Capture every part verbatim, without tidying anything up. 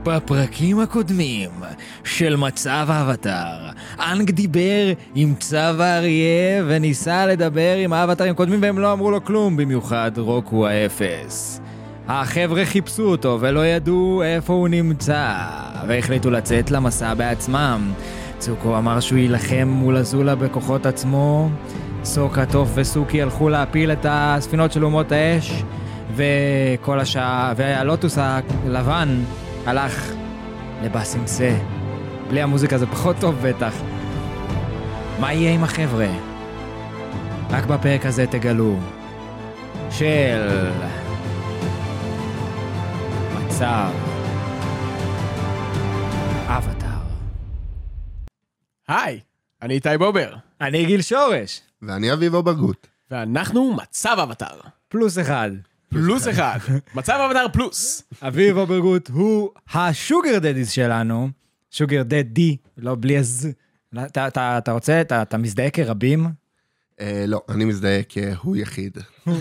בפרקים הקודמים של מצב האבטר, אנג דיבר עם צב האריה וניסה לדבר עם האבטרים קודמים והם לא אמרו לו כלום, במיוחד רוקו האפס. החבר'ה חיפשו אותו ולא ידעו איפה הוא נמצא, והחליטו לצאת למסע בעצמם. צוקו אמר שהוא ילחם מול הזולה בכוחות עצמו, סוקה, טוף וסוקי הלכו להפיל את הספינות של אומות האש, וכל השעה, והלוטוס הלבן הלך לבאסינסה. בלי המוזיקה זה פחות טוב בטח. מה יהיה עם החבר'ה? רק בפרק הזה תגלו של מצב אבטר. היי, אני איתי בובר. אני גיל שורש. ואני אביב אוברגות. ואנחנו מצב אבטר. פלוס אחד. פלוס אחד. מצב אבטר פלוס. אביב אוברגות הוא השוגר דדיס שלנו. שוגר דדי, לא בלי אז. אתה, אתה, אתה רוצה, אתה, אתה מזדהה כרבים? אה, לא, אני מזדהה כהוא יחיד.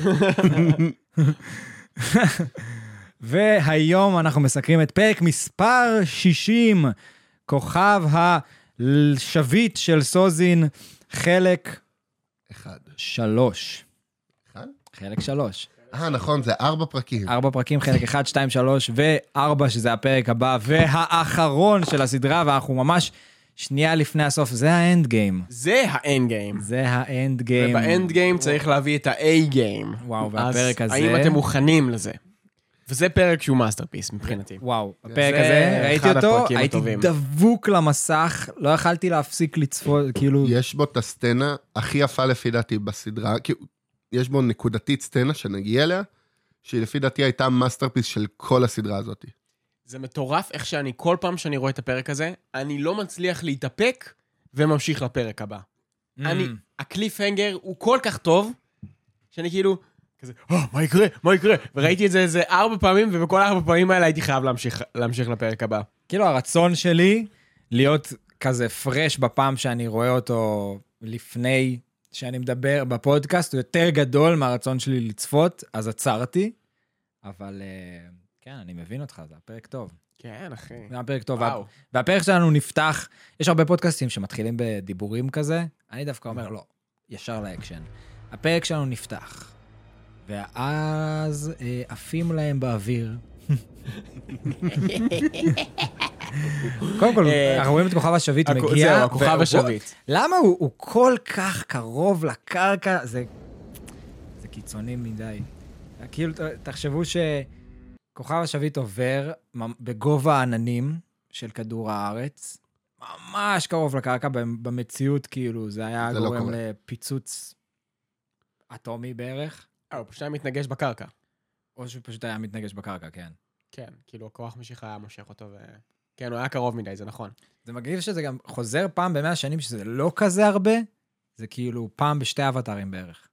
והיום אנחנו מסקרים את פרק מספר שישים, כוכב השביט של סוזין, חלק אחד. שלוש. אחד? חלק שלוש. אה, נכון, זה ארבע פרקים. ארבע פרקים, חלק אחד, שתיים, שלוש, וארבע, שזה הפרק הבא, והאחרון של הסדרה, ואנחנו ממש שנייה לפני הסוף, זה האנד גיים. זה האנד גיים. זה האנד גיים. ובאנד גיים צריך להביא את ה-A גיים. וואו, והפרק הזה... אז האם אתם מוכנים לזה? וזה פרק שהוא מאסטרפיס מבחינתי. וואו, הפרק הזה, ראיתי אותו, הייתי הטובים. דבוק למסך, לא יכלתי להפסיק לצפות, כאילו... יש בו את הסצנה הכי יפה לפי דעתי בסדרה, כי יש בו נקודתית סצנה שנגיע אליה, שהיא לפי דעתי הייתה מאסטרפיס של כל הסדרה הזאת. זה מטורף איך שאני, כל פעם שאני רואה את הפרק הזה, אני לא מצליח להתאפק וממשיך לפרק הבא. Mm. אני, הקליפהנגר הוא כל כך טוב, שאני כאילו, כזה, oh, מה יקרה? מה יקרה? וראיתי את זה איזה ארבע פעמים, ובכל ארבע פעמים האלה הייתי חייב להמשיך, להמשיך לפרק הבא. כאילו הרצון שלי להיות כזה פרש בפעם שאני רואה אותו לפני שאני מדבר בפודקאסט, הוא יותר גדול מהרצון שלי לצפות, אז עצרתי, אבל כן, אני מבין אותך, זה הפרק טוב. כן, אחי. זה הפרק טוב. וואו. והפרק שלנו נפתח, יש הרבה פודקאסטים שמתחילים בדיבורים כזה, אני דווקא אומר, לא, ישר לאקשן. הפרק שלנו נפתח, ואז אה, עפים להם באוויר. קודם כל, אנחנו רואים את כוכב השביט מגיע. זהו, הכוכב השביט. למה הוא, הוא כל כך קרוב לקרקע? זה, זה קיצוני מדי. כאילו, תחשבו שכוכב השביט עובר בגובה העננים של כדור הארץ, ממש קרוב לקרקע, במציאות כאילו, זה היה גורם לא לפיצוץ אטומי בערך. אה, הוא פשוט היה מתנגש בקרקע. או שהוא פשוט היה מתנגש בקרקע, כן. כן, כאילו הכוח משיכה היה מושך אותו ו... כן, הוא היה קרוב מדי, זה נכון. זה מגניב שזה גם חוזר פעם במאה שנים, שזה לא כזה הרבה, זה כאילו פעם בשתי אבטרים בערך.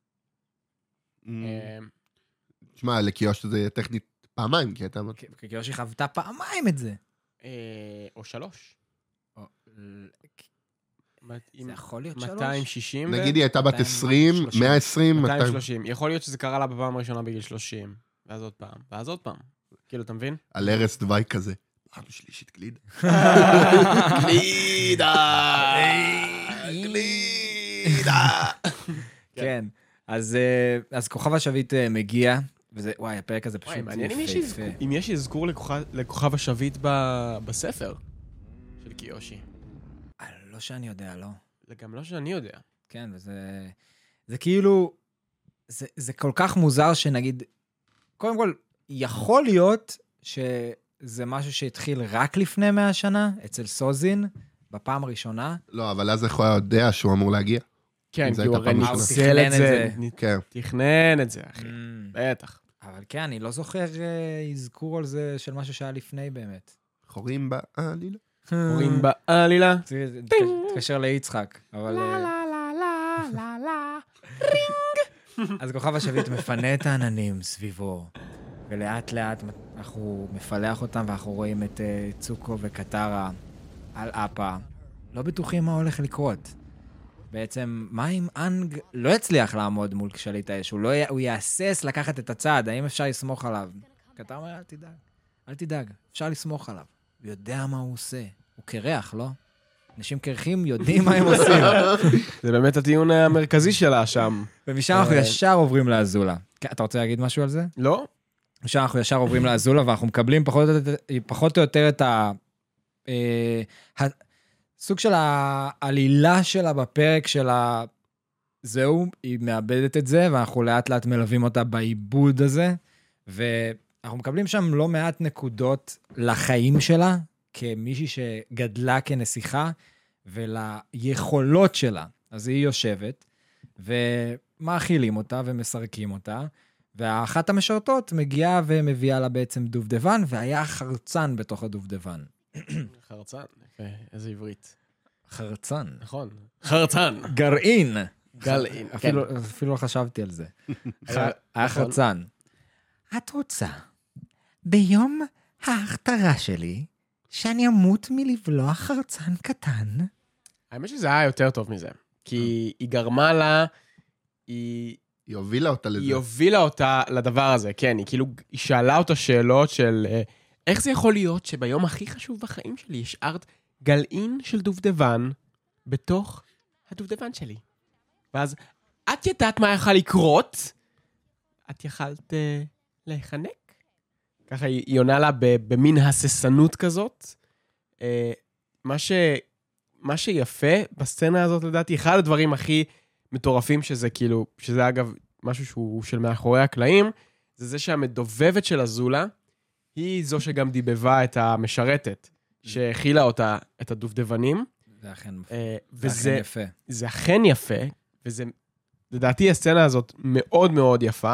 תשמע, לקיוש זה טכנית פעמיים, כי אתה... כי קיושי חוותה פעמיים את זה. או שלוש. זה יכול להיות שלוש? מאתיים שישים? נגיד היא הייתה בת עשרים, מאה ועשרים, מאתיים שלושים. יכול להיות שזה קרה לה בפעם הראשונה בגיל שלושים, ואז עוד פעם, ואז עוד פעם. כאילו, אתה מבין? על ארץ דווי כזה. פעם שלישית גלידה. גלידה! גלידה! כן. אז כוכב השביט מגיע, וזה, וואי, הפרק הזה פשוט יפה. אם יש אזכור לכוכב השביט בספר של קיושי. לא שאני יודע, לא. זה גם לא שאני יודע. כן, וזה... זה כאילו... זה, זה כל כך מוזר שנגיד... קודם כל, יכול להיות שזה משהו שהתחיל רק לפני מאה שנה, אצל סוזין, בפעם הראשונה. לא, אבל אז איך הוא היה יודע שהוא אמור להגיע? כן, כי הוא הרי ניצל את זה. תכנן את זה, אחי. בטח. אבל כן, אני לא זוכר אזכור על זה של משהו שהיה לפני באמת. חורים בעלילה. חורים בעלילה. תקשר ליצחק, אבל... לה לה לה לה לה לה רינג. אז כוכב השביט מפנה את העננים סביבו, ולאט לאט אנחנו מפלח אותם, ואנחנו רואים את צוקו וקטרה על אפה. לא בטוחים מה הולך לקרות. בעצם, מה אם אנג לא יצליח לעמוד מול שליט האש? הוא, לא י... הוא יעסס לקחת את הצעד, האם אפשר לסמוך עליו? קטרה אומר, אל תדאג, אל תדאג, אפשר לסמוך עליו. הוא יודע מה הוא עושה. הוא קרח, לא? אנשים קרחים יודעים מה הם עושים. זה באמת הטיעון המרכזי שלה שם. ומשם אנחנו ישר עוברים לאזולה. אתה רוצה להגיד משהו על זה? לא? משם אנחנו ישר עוברים לאזולה, ואנחנו מקבלים פחות, פחות או יותר את ה... הסוג של העלילה שלה בפרק של ה... זהו, היא מאבדת את זה, ואנחנו לאט לאט מלווים אותה בעיבוד הזה, ואנחנו מקבלים שם לא מעט נקודות לחיים שלה, כמישהי שגדלה כנסיכה, וליכולות שלה. אז היא יושבת, ומאכילים אותה ומסרקים אותה, ואחת המשרתות מגיעה ומביאה לה בעצם דובדבן, והיה חרצן בתוך הדובדבן. חרצן, יפה, איזה עברית. חרצן. נכון. חרצן. גרעין. גרעין, אפילו, אפילו לא חשבתי על זה. היה חרצן. את רוצה, ביום ההכתרה שלי, שאני אמות מלבלוע חרצן קטן? האמת שזה היה יותר טוב מזה. כי היא גרמה לה, היא... היא הובילה אותה לזה. היא הובילה אותה לדבר הזה, כן. היא כאילו, היא שאלה אותה שאלות של... איך זה יכול להיות שביום הכי חשוב בחיים שלי השארת גלעין של דובדבן בתוך הדובדבן שלי? ואז, את ידעת מה יכול לקרות? את יכלת uh, להיחנק? ככה היא, היא עונה לה במין הססנות כזאת. Uh, מה, ש, מה שיפה בסצנה הזאת, לדעתי, אחד הדברים הכי מטורפים שזה כאילו, שזה אגב משהו שהוא של מאחורי הקלעים, זה זה שהמדובבת של הזולה, היא זו שגם דיבבה את המשרתת, שהכילה אותה, את הדובדבנים. זה אכן, uh, זה וזה, אכן יפה. זה אכן יפה, וזה, לדעתי, הסצנה הזאת מאוד מאוד יפה.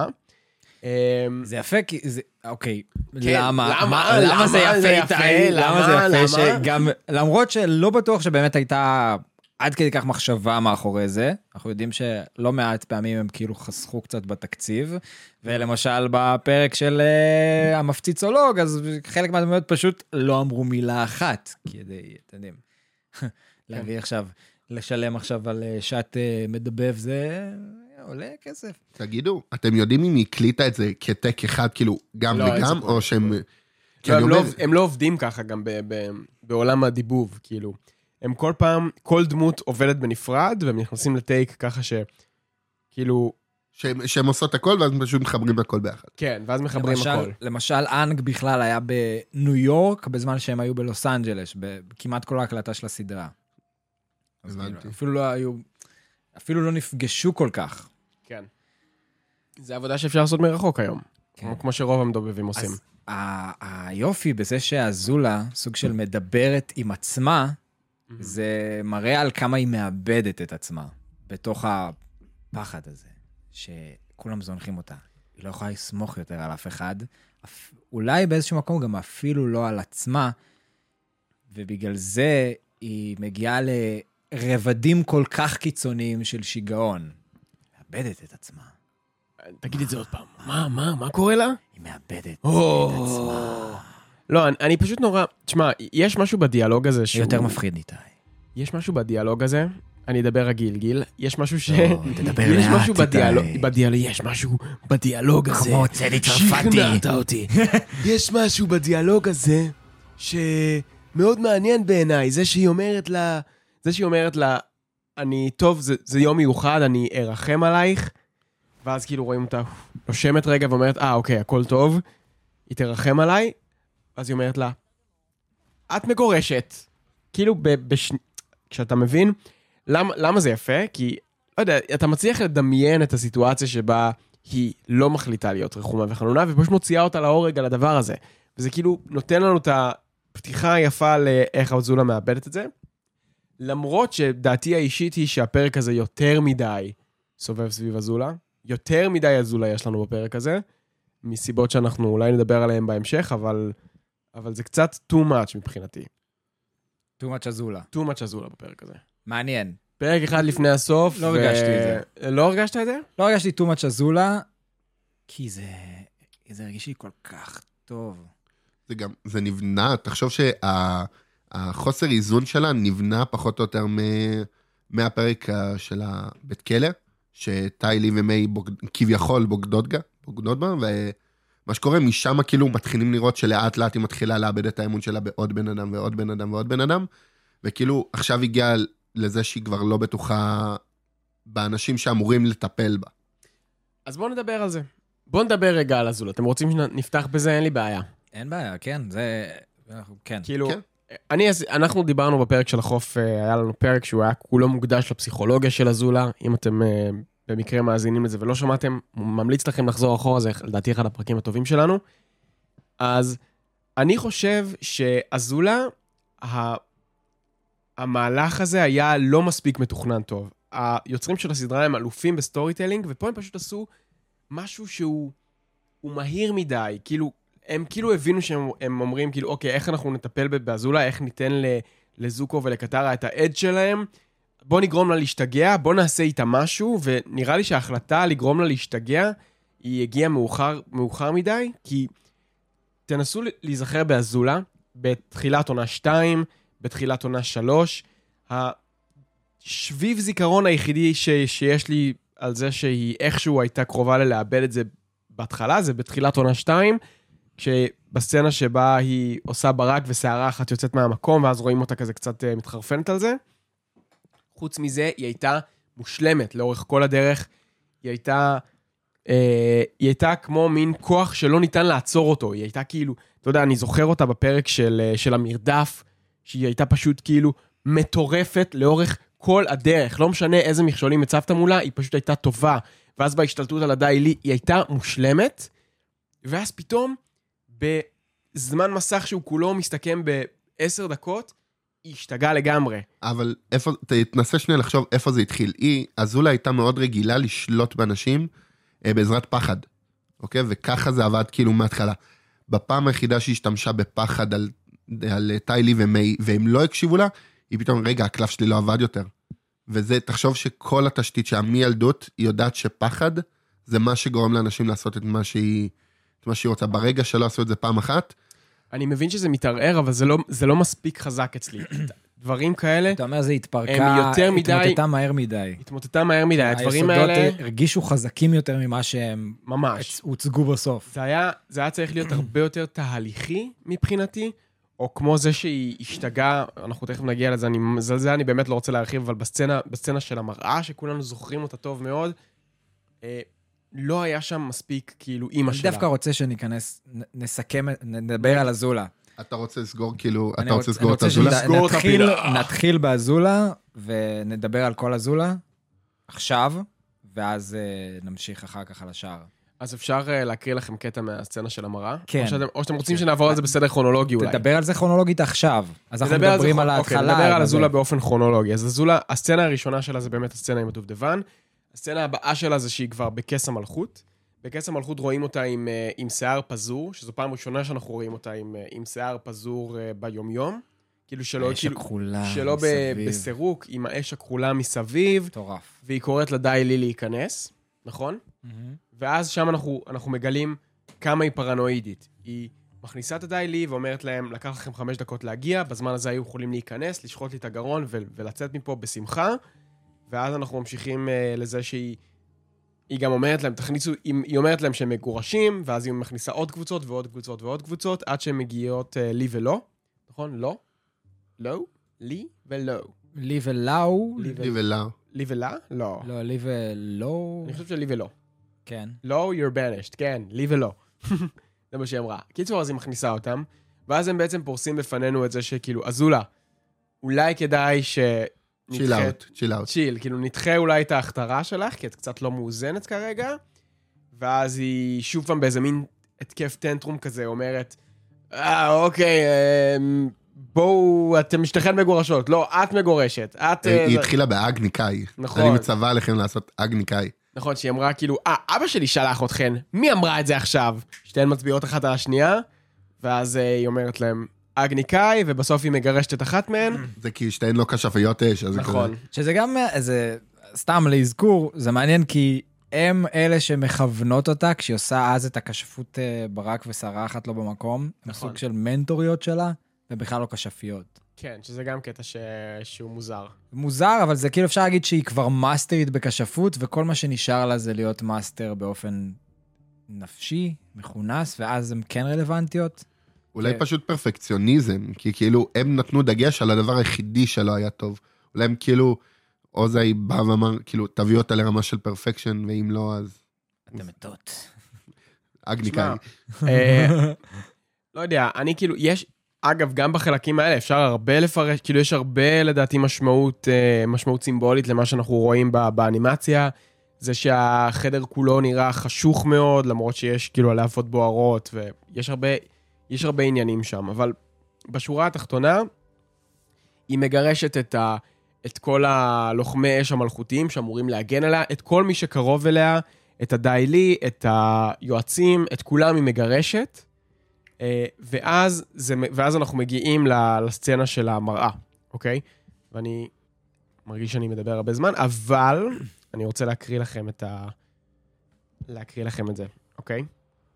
זה יפה כי זה, אוקיי, כן, למה? למה? מה, למה למה זה יפה זה איתי? יפה? למה זה למה? יפה? למה? שגם, למרות שלא בטוח שבאמת הייתה עד כדי כך מחשבה מאחורי זה, אנחנו יודעים שלא מעט פעמים הם כאילו חסכו קצת בתקציב, ולמשל בפרק של uh, המפציצולוג, אז חלק מהדמויות פשוט לא אמרו מילה אחת, כדי, אתם יודעים, להביא עכשיו, לשלם עכשיו על שעת uh, מדבב, זה עולה כסף. תגידו, אתם יודעים אם היא הקליטה את זה כטק אחד, כאילו גם לא, וגם, או שהם... לא, הם, לא, הם לא עובדים ככה גם ב, ב, בעולם הדיבוב, כאילו. הם כל פעם, כל דמות עובדת בנפרד, והם נכנסים לטייק ככה ש... כאילו... שהם, שהם עושות הכל, ואז פשוט מחברים הכל ביחד. כן, ואז מחברים למשל, הכל. למשל, אנג בכלל היה בניו יורק, בזמן שהם היו בלוס אנג'לס, בכמעט כל ההקלטה של הסדרה. הבנתי. אפילו לא היו... אפילו לא נפגשו כל כך. כן. זה עבודה שאפשר לעשות מרחוק היום. כן. כמו שרוב המדובבים עושים. אז ה- היופי בזה שהזולה, סוג של מדברת עם עצמה, זה מראה על כמה היא מאבדת את עצמה, בתוך הפחד הזה, שכולם זונחים אותה. היא לא יכולה לסמוך יותר על אף אחד, אולי באיזשהו מקום גם אפילו לא על עצמה, ובגלל זה היא מגיעה לרבדים כל כך קיצוניים של שיגעון. מאבדת את עצמה. תגיד את זה עוד פעם. מה, מה, מה קורה לה? היא מאבדת את או. עצמה. לא, אני, אני פשוט נורא... תשמע, יש משהו בדיאלוג הזה שהוא... יותר מפחיד איתי. יש משהו בדיאלוג הזה, אני אדבר רגיל, גיל, יש משהו ש... לא, תדבר יש לאט, משהו בדיאלוג, איתי. בדיאלוג, יש משהו בדיאלוג הזה. כמו צדי צרפתי. שכנעת אותי. יש משהו בדיאלוג הזה, שמאוד מעניין בעיניי, זה שהיא אומרת לה, זה שהיא אומרת לה, אני, טוב, זה, זה יום מיוחד, אני ארחם עלייך, ואז כאילו רואים אותה, נושמת רגע ואומרת, אה, אוקיי, הכל טוב, היא תרחם עליי, ואז היא אומרת לה, את מגורשת. כאילו, בש... כשאתה מבין, למה, למה זה יפה? כי, לא יודע, אתה מצליח לדמיין את הסיטואציה שבה היא לא מחליטה להיות רחומה וחנונה, ופשוט מוציאה אותה להורג על הדבר הזה. וזה כאילו נותן לנו את הפתיחה היפה לאיך הזולה מאבדת את זה. למרות שדעתי האישית היא שהפרק הזה יותר מדי סובב סביב הזולה. יותר מדי הזולה יש לנו בפרק הזה, מסיבות שאנחנו אולי נדבר עליהן בהמשך, אבל, אבל זה קצת too much מבחינתי. too much הזולה. too much הזולה בפרק הזה. מעניין. פרק אחד לפני הסוף. לא הרגשתי את זה. לא הרגשת את זה? לא הרגשתי too much הזולה, כי זה, זה הרגיש לי כל כך טוב. זה גם, זה נבנה, תחשוב שהחוסר איזון שלה נבנה פחות או יותר מהפרק של הבית כלא, שטיילי ומי בוג... כביכול בוגדות בה, בוגדות בה, מה שקורה משם כאילו מתחילים לראות שלאט לאט היא מתחילה לאבד את האמון שלה בעוד בן אדם ועוד בן אדם ועוד בן אדם, וכאילו עכשיו הגיעה לזה שהיא כבר לא בטוחה באנשים שאמורים לטפל בה. אז בואו נדבר על זה. בואו נדבר רגע על אזולה. אתם רוצים שנפתח בזה? אין לי בעיה. אין בעיה, כן, זה... כן. כאילו, כן. אני, אנחנו דיברנו בפרק של החוף, היה לנו פרק שהוא היה כולו מוקדש לפסיכולוגיה של אזולה. אם אתם במקרה מאזינים לזה ולא שמעתם, ממליץ לכם לחזור אחורה, זה לדעתי אחד הפרקים הטובים שלנו. אז אני חושב שאזולה, המהלך הזה היה לא מספיק מתוכנן טוב. היוצרים של הסדרה הם אלופים בסטורי טלינג, ופה הם פשוט עשו משהו שהוא מהיר מדי, כאילו, הם כאילו הבינו שהם הם אומרים, כאילו, אוקיי, איך אנחנו נטפל באזולה, איך ניתן לזוקו ולקטרה את העד שלהם, בוא נגרום לה להשתגע, בוא נעשה איתה משהו, ונראה לי שההחלטה לגרום לה להשתגע, היא הגיעה מאוחר, מאוחר מדי, כי תנסו להיזכר באזולה, בתחילת עונה שתיים, בתחילת עונה שלוש, השביב זיכרון היחידי ש, שיש לי על זה שהיא איכשהו הייתה קרובה ללאבד את זה בהתחלה, זה בתחילת עונה שתיים, כשבסצנה שבה היא עושה ברק ושערה אחת יוצאת מהמקום, ואז רואים אותה כזה קצת מתחרפנת על זה. חוץ מזה, היא הייתה מושלמת לאורך כל הדרך, היא הייתה, אה, היא הייתה כמו מין כוח שלא ניתן לעצור אותו, היא הייתה כאילו, אתה יודע, אני זוכר אותה בפרק של, של המרדף, שהיא הייתה פשוט כאילו מטורפת לאורך כל הדרך, לא משנה איזה מכשולים הצבת מולה, היא פשוט הייתה טובה, ואז בהשתלטות על הדיילי, היא הייתה מושלמת, ואז פתאום, בזמן מסך שהוא כולו מסתכם בעשר דקות, היא השתגעה לגמרי. אבל איפה, תנסה שנייה לחשוב איפה זה התחיל. היא, אזולה הייתה מאוד רגילה לשלוט באנשים אה, בעזרת פחד, אוקיי? וככה זה עבד כאילו מההתחלה. בפעם היחידה שהיא השתמשה בפחד על, על טיילי ומי, והם לא הקשיבו לה, היא פתאום, רגע, הקלף שלי לא עבד יותר. וזה, תחשוב שכל התשתית שהמי ילדות, היא יודעת שפחד, זה מה שגורם לאנשים לעשות את מה שהיא, את מה שהיא רוצה. ברגע שלא עשו את זה פעם אחת, אני מבין שזה מתערער, אבל זה לא, זה לא מספיק חזק אצלי. דברים כאלה, אתה אומר, זה התפרקה, התמוטטה מהר מדי. התמוטטה מהר מדי. הדברים האלה... היסודות הרגישו חזקים יותר ממה שהם ממש הוצגו בסוף. זה היה, זה היה צריך להיות הרבה יותר תהליכי מבחינתי, או כמו זה שהיא השתגעה, אנחנו תכף נגיע לזה, אני, זה, זה אני באמת לא רוצה להרחיב, אבל בסצנה, בסצנה של המראה, שכולנו זוכרים אותה טוב מאוד, אה, לא היה שם מספיק, כאילו, אימא שלה. אני דווקא רוצה שניכנס, נסכם, נדבר על אזולה. אתה רוצה לסגור, כאילו, אתה רוצ, רוצה לסגור את אזולה? נתחיל, נתחיל באזולה, ונדבר על כל אזולה, עכשיו, ואז uh, נמשיך אחר כך על השאר. אז אפשר uh, להקריא לכם קטע מהסצנה של המראה? כן. או שאתם, או שאתם רוצים שנעבור על זה בסדר כרונולוגי אולי? תדבר על זה כרונולוגית עכשיו. אז אנחנו מדברים על ההתחלה. אוקיי, נדבר על אזולה באופן כרונולוגי. אז אזולה, הסצנה הראשונה שלה זה באמת הסצנה עם הדובדבן. הסצנה הבאה שלה זה שהיא כבר בכס המלכות. בכס המלכות רואים אותה עם, עם שיער פזור, שזו פעם ראשונה שאנחנו רואים אותה עם, עם שיער פזור ביומיום. כאילו שלא, האש כאילו, הכחולה שלא מסביב. בסירוק, עם האש הכחולה מסביב. טורף. והיא קוראת לדיילי להיכנס, נכון? Mm-hmm. ואז שם אנחנו, אנחנו מגלים כמה היא פרנואידית. היא מכניסה את הדיילי ואומרת להם, לקח לכם חמש דקות להגיע, בזמן הזה היו יכולים להיכנס, לשחוט לי את הגרון ו- ולצאת מפה בשמחה. ואז אנחנו ממשיכים uh, לזה שהיא היא גם אומרת להם, תכניסו, היא, היא אומרת להם שהם מגורשים, ואז היא מכניסה עוד קבוצות ועוד קבוצות ועוד קבוצות, עד שהן מגיעות uh, לי ולא, נכון? לא? לא? לי ולא. לי ולאו? לי ולאו. לי ולא? לא. לא, לי ולא. אני חושב שלי ולא. כן. לא, you're banished, כן, לי ולא. זה מה שהיא אמרה. קיצור, אז היא מכניסה אותם, ואז הם בעצם פורסים בפנינו את זה שכאילו, אזולה, אולי כדאי ש... צ'יל אאוט, צ'יל אאוט. צ'יל, כאילו נדחה אולי את ההכתרה שלך, כי את קצת לא מאוזנת כרגע, ואז היא שוב פעם באיזה מין התקף טנטרום כזה, אומרת, אה, אוקיי, בואו, אתם משתכן מגורשות. לא, את מגורשת. את... היא התחילה באגניקאי. נכון. אני מצווה עליכם לעשות אגניקאי. נכון, שהיא אמרה כאילו, אה, אבא שלי שלח אתכן, מי אמרה את זה עכשיו? שתיהן מצביעות אחת על השנייה, ואז היא אומרת להם, אגניקאי, ובסוף היא מגרשת את אחת מהן. זה כי שתיהן לא כשפיות אש, אז זה כזה. נכון. שזה גם איזה, סתם להזכור, זה מעניין כי הם אלה שמכוונות אותה, כשהיא עושה אז את הכשפות ברק ושרה אחת לא במקום, נכון. סוג של מנטוריות שלה, ובכלל לא כשפיות. כן, שזה גם קטע ש... שהוא מוזר. מוזר, אבל זה כאילו אפשר להגיד שהיא כבר מאסטרית בכשפות, וכל מה שנשאר לה זה להיות מאסטר באופן נפשי, מכונס, ואז הן כן רלוונטיות. אולי פשוט פרפקציוניזם, כי כאילו הם נתנו דגש על הדבר היחידי שלא היה טוב. אולי הם כאילו, עוזי בא ואמר, כאילו, תביא אותה לרמה של פרפקשן, ואם לא, אז... אתם מתות. אגניקאי. לא יודע, אני כאילו, יש, אגב, גם בחלקים האלה אפשר הרבה לפרש, כאילו יש הרבה לדעתי משמעות, משמעות סימבולית למה שאנחנו רואים באנימציה, זה שהחדר כולו נראה חשוך מאוד, למרות שיש כאילו הלהפות בוערות, ויש הרבה, יש הרבה עניינים שם, אבל בשורה התחתונה, היא מגרשת את, ה, את כל הלוחמי אש המלכותיים שאמורים להגן עליה, את כל מי שקרוב אליה, את הדיילי, את היועצים, את כולם היא מגרשת, ואז, זה, ואז אנחנו מגיעים לסצנה של המראה, אוקיי? ואני מרגיש שאני מדבר הרבה זמן, אבל אני רוצה להקריא לכם את ה... להקריא לכם את זה, אוקיי?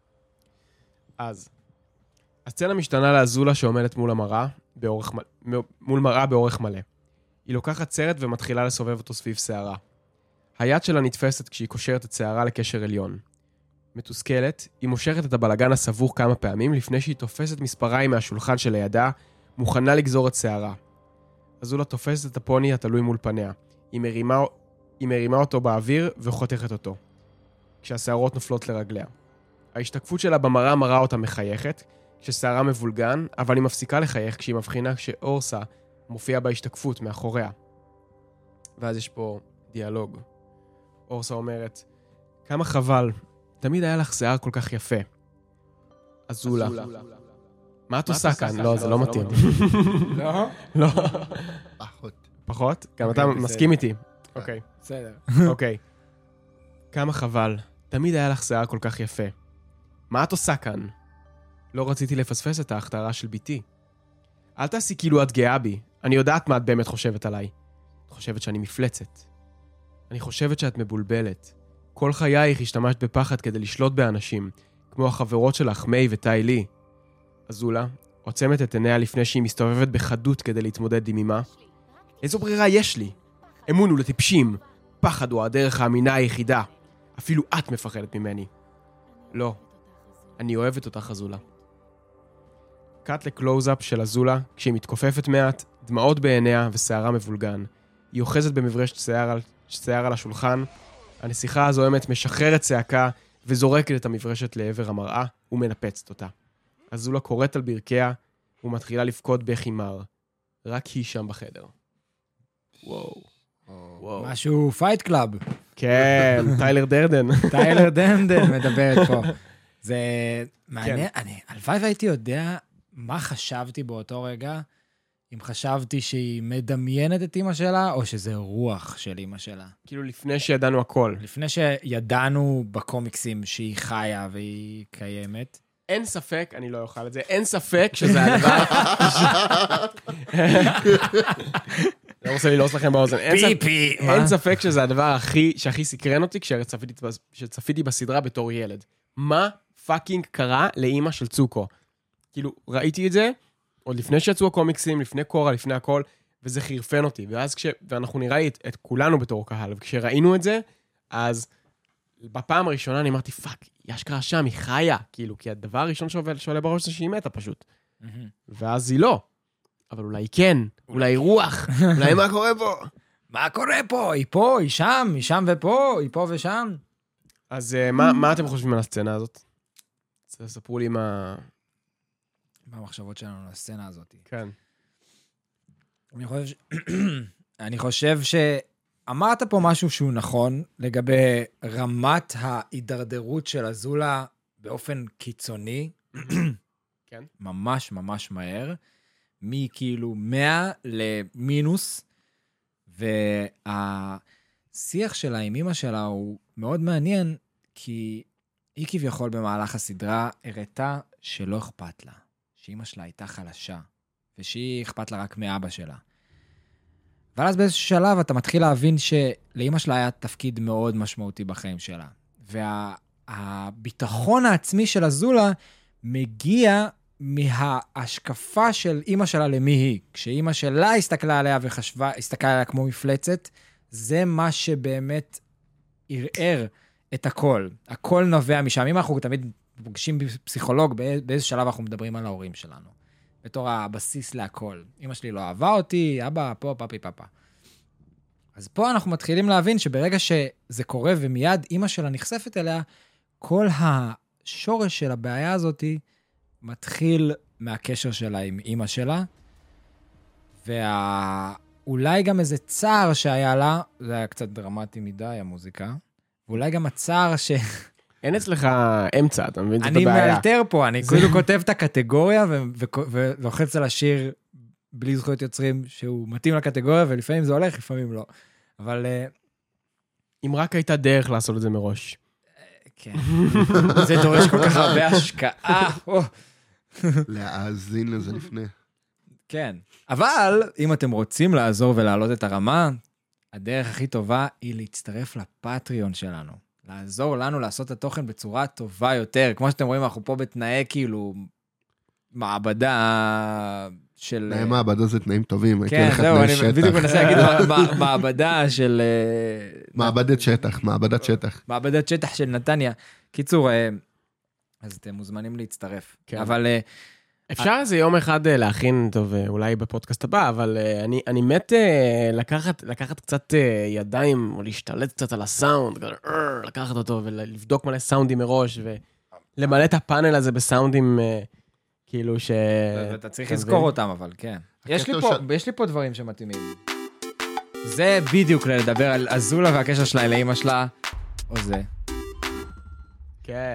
אז, הסצנה משתנה לאזולה שעומדת מול המראה, באורך, מול מראה באורך מלא. היא לוקחת סרט ומתחילה לסובב אותו סביב שערה. היד שלה נתפסת כשהיא קושרת את שערה לקשר עליון. מתוסכלת, היא מושכת את הבלגן הסבוך כמה פעמים לפני שהיא תופסת מספריים מהשולחן שלידה, מוכנה לגזור את שערה. אזולה תופסת את הפוני התלוי מול פניה. היא מרימה, היא מרימה אותו באוויר וחותכת אותו, כשהשערות נופלות לרגליה. ההשתקפות שלה במראה מראה אותה מחייכת, כששערה מבולגן, אבל היא מפסיקה לחייך כשהיא מבחינה כשאורסה מופיע בהשתקפות מאחוריה. ואז יש פה דיאלוג. אורסה אומרת, כמה חבל, תמיד היה לך שיער כל כך יפה. אזולה. מה את עושה כאן? לא, זה לא מתאים. לא? לא. פחות. פחות? גם אתה מסכים איתי. אוקיי. בסדר. אוקיי. כמה חבל, תמיד היה לך שיער כל כך יפה. מה את עושה כאן? לא רציתי לפספס את ההכתרה של ביתי. אל תעשי כאילו את גאה בי. אני יודעת מה את באמת חושבת עליי. את חושבת שאני מפלצת. אני חושבת שאת מבולבלת. כל חייך השתמשת בפחד כדי לשלוט באנשים, כמו החברות שלך, מי וטאי לי. אזולה עוצמת את עיניה לפני שהיא מסתובבת בחדות כדי להתמודד עם אמה. איזו ברירה יש לי? אמון הוא לטיפשים. פחד הוא הדרך האמינה היחידה. אפילו את מפחדת ממני. לא. אני אוהבת אותך, אזולה. קאט לקלוז-אפ של אזולה, כשהיא מתכופפת מעט, דמעות בעיניה ושערה מבולגן. היא אוחזת במברשת שיער על, שיער על השולחן. הנסיכה הזוהמת משחררת צעקה וזורקת את המברשת לעבר המראה ומנפצת אותה. אזולה קוראת על ברכיה ומתחילה לפקוד בכי מר. רק היא שם בחדר. וואו. וואו. משהו פייט קלאב. כן, טיילר דרדן. טיילר דרדן מדברת פה. זה מעניין, אני, הלוואי והייתי יודע מה חשבתי באותו רגע, אם חשבתי שהיא מדמיינת את אמא שלה, או שזה רוח של אמא שלה. כאילו לפני שידענו הכל. לפני שידענו בקומיקסים שהיא חיה והיא קיימת. אין ספק, אני לא אוכל את זה, אין ספק שזה הדבר... לא רוצה ללעוס לכם באוזן. פיפי. אין ספק שזה הדבר שהכי סקרן אותי כשצפיתי בסדרה בתור ילד. מה פאקינג קרה לאמא של צוקו? כאילו, ראיתי את זה, עוד לפני שיצאו הקומיקסים, לפני קורה, לפני הכל, וזה חירפן אותי. ואז כש... ואנחנו נראה את, את כולנו בתור קהל, וכשראינו את זה, אז בפעם הראשונה אני אמרתי, פאק, יש קרה שם, היא חיה, כאילו, כי הדבר הראשון שעולה בראש זה שהיא מתה פשוט. ואז היא לא. אבל אולי כן, אולי רוח, אולי מה קורה פה? מה קורה פה? היא פה, היא שם, היא שם ופה, היא פה ושם. אז מה, מה אתם חושבים על הסצנה הזאת? ספרו לי מה... מה המחשבות שלנו על הסצנה הזאת? כן. אני חושב, ש... אני חושב שאמרת פה משהו שהוא נכון, לגבי רמת ההידרדרות של אזולה באופן קיצוני, כן. ממש ממש מהר, מכאילו מאה למינוס, והשיח שלה עם אמא שלה הוא מאוד מעניין, כי היא כביכול במהלך הסדרה הראתה שלא אכפת לה, שאמא שלה הייתה חלשה, ושהיא אכפת לה רק מאבא שלה. אבל אז באיזשהו שלב אתה מתחיל להבין שלאמא שלה היה תפקיד מאוד משמעותי בחיים שלה, והביטחון העצמי של אזולה מגיע מההשקפה של אמא שלה למי היא. כשאמא שלה הסתכלה עליה וחשבה, הסתכלה עליה כמו מפלצת, זה מה שבאמת ערער את הכל. הכל נובע משם. אם אנחנו תמיד פוגשים פסיכולוג, באיזה שלב אנחנו מדברים על ההורים שלנו. בתור הבסיס להכל. אמא שלי לא אהבה אותי, אבא, פה, פאפי, פאפה. אז פה אנחנו מתחילים להבין שברגע שזה קורה ומיד אמא שלה נחשפת אליה, כל השורש של הבעיה הזאת מתחיל מהקשר שלה עם אמא שלה, ואולי גם איזה צער שהיה לה, זה היה קצת דרמטי מדי המוזיקה, ואולי גם הצער ש... אין אצלך אמצע, אתה מבין? זאת אני הבעיה. מאלתר פה, אני כאילו כותב את הקטגוריה, ולוחץ על השיר בלי זכויות יוצרים, שהוא מתאים לקטגוריה, ולפעמים זה הולך, לפעמים לא. אבל... אם רק הייתה דרך לעשות את זה מראש. כן. זה דורש כל כך הרבה השקעה. להאזין לזה לפני. כן. אבל אם אתם רוצים לעזור ולהעלות את הרמה, הדרך הכי טובה היא להצטרף לפטריון שלנו. לעזור לנו לעשות את התוכן בצורה טובה יותר. כמו שאתם רואים, אנחנו פה בתנאי כאילו מעבדה של... תנאי מעבדה זה תנאים טובים. כן, זהו, אני בדיוק מנסה להגיד מעבדה של... מעבדת שטח, מעבדת שטח. מעבדת שטח של נתניה. קיצור, אז אתם מוזמנים להצטרף. אבל... אפשר איזה יום אחד להכין, טוב, אולי בפודקאסט הבא, אבל אני, אני מת לקחת, לקחת קצת ידיים, או להשתלט קצת על הסאונד, לקחת אותו ולבדוק מלא סאונדים מראש, ולמלא את הפאנל הזה בסאונדים, כאילו ש... אתה צריך לזכור אותם, אבל כן. יש לי פה, יש לי פה דברים שמתאימים. זה בדיוק לדבר על אזולה והקשר שלה לאמא שלה, או זה. כן.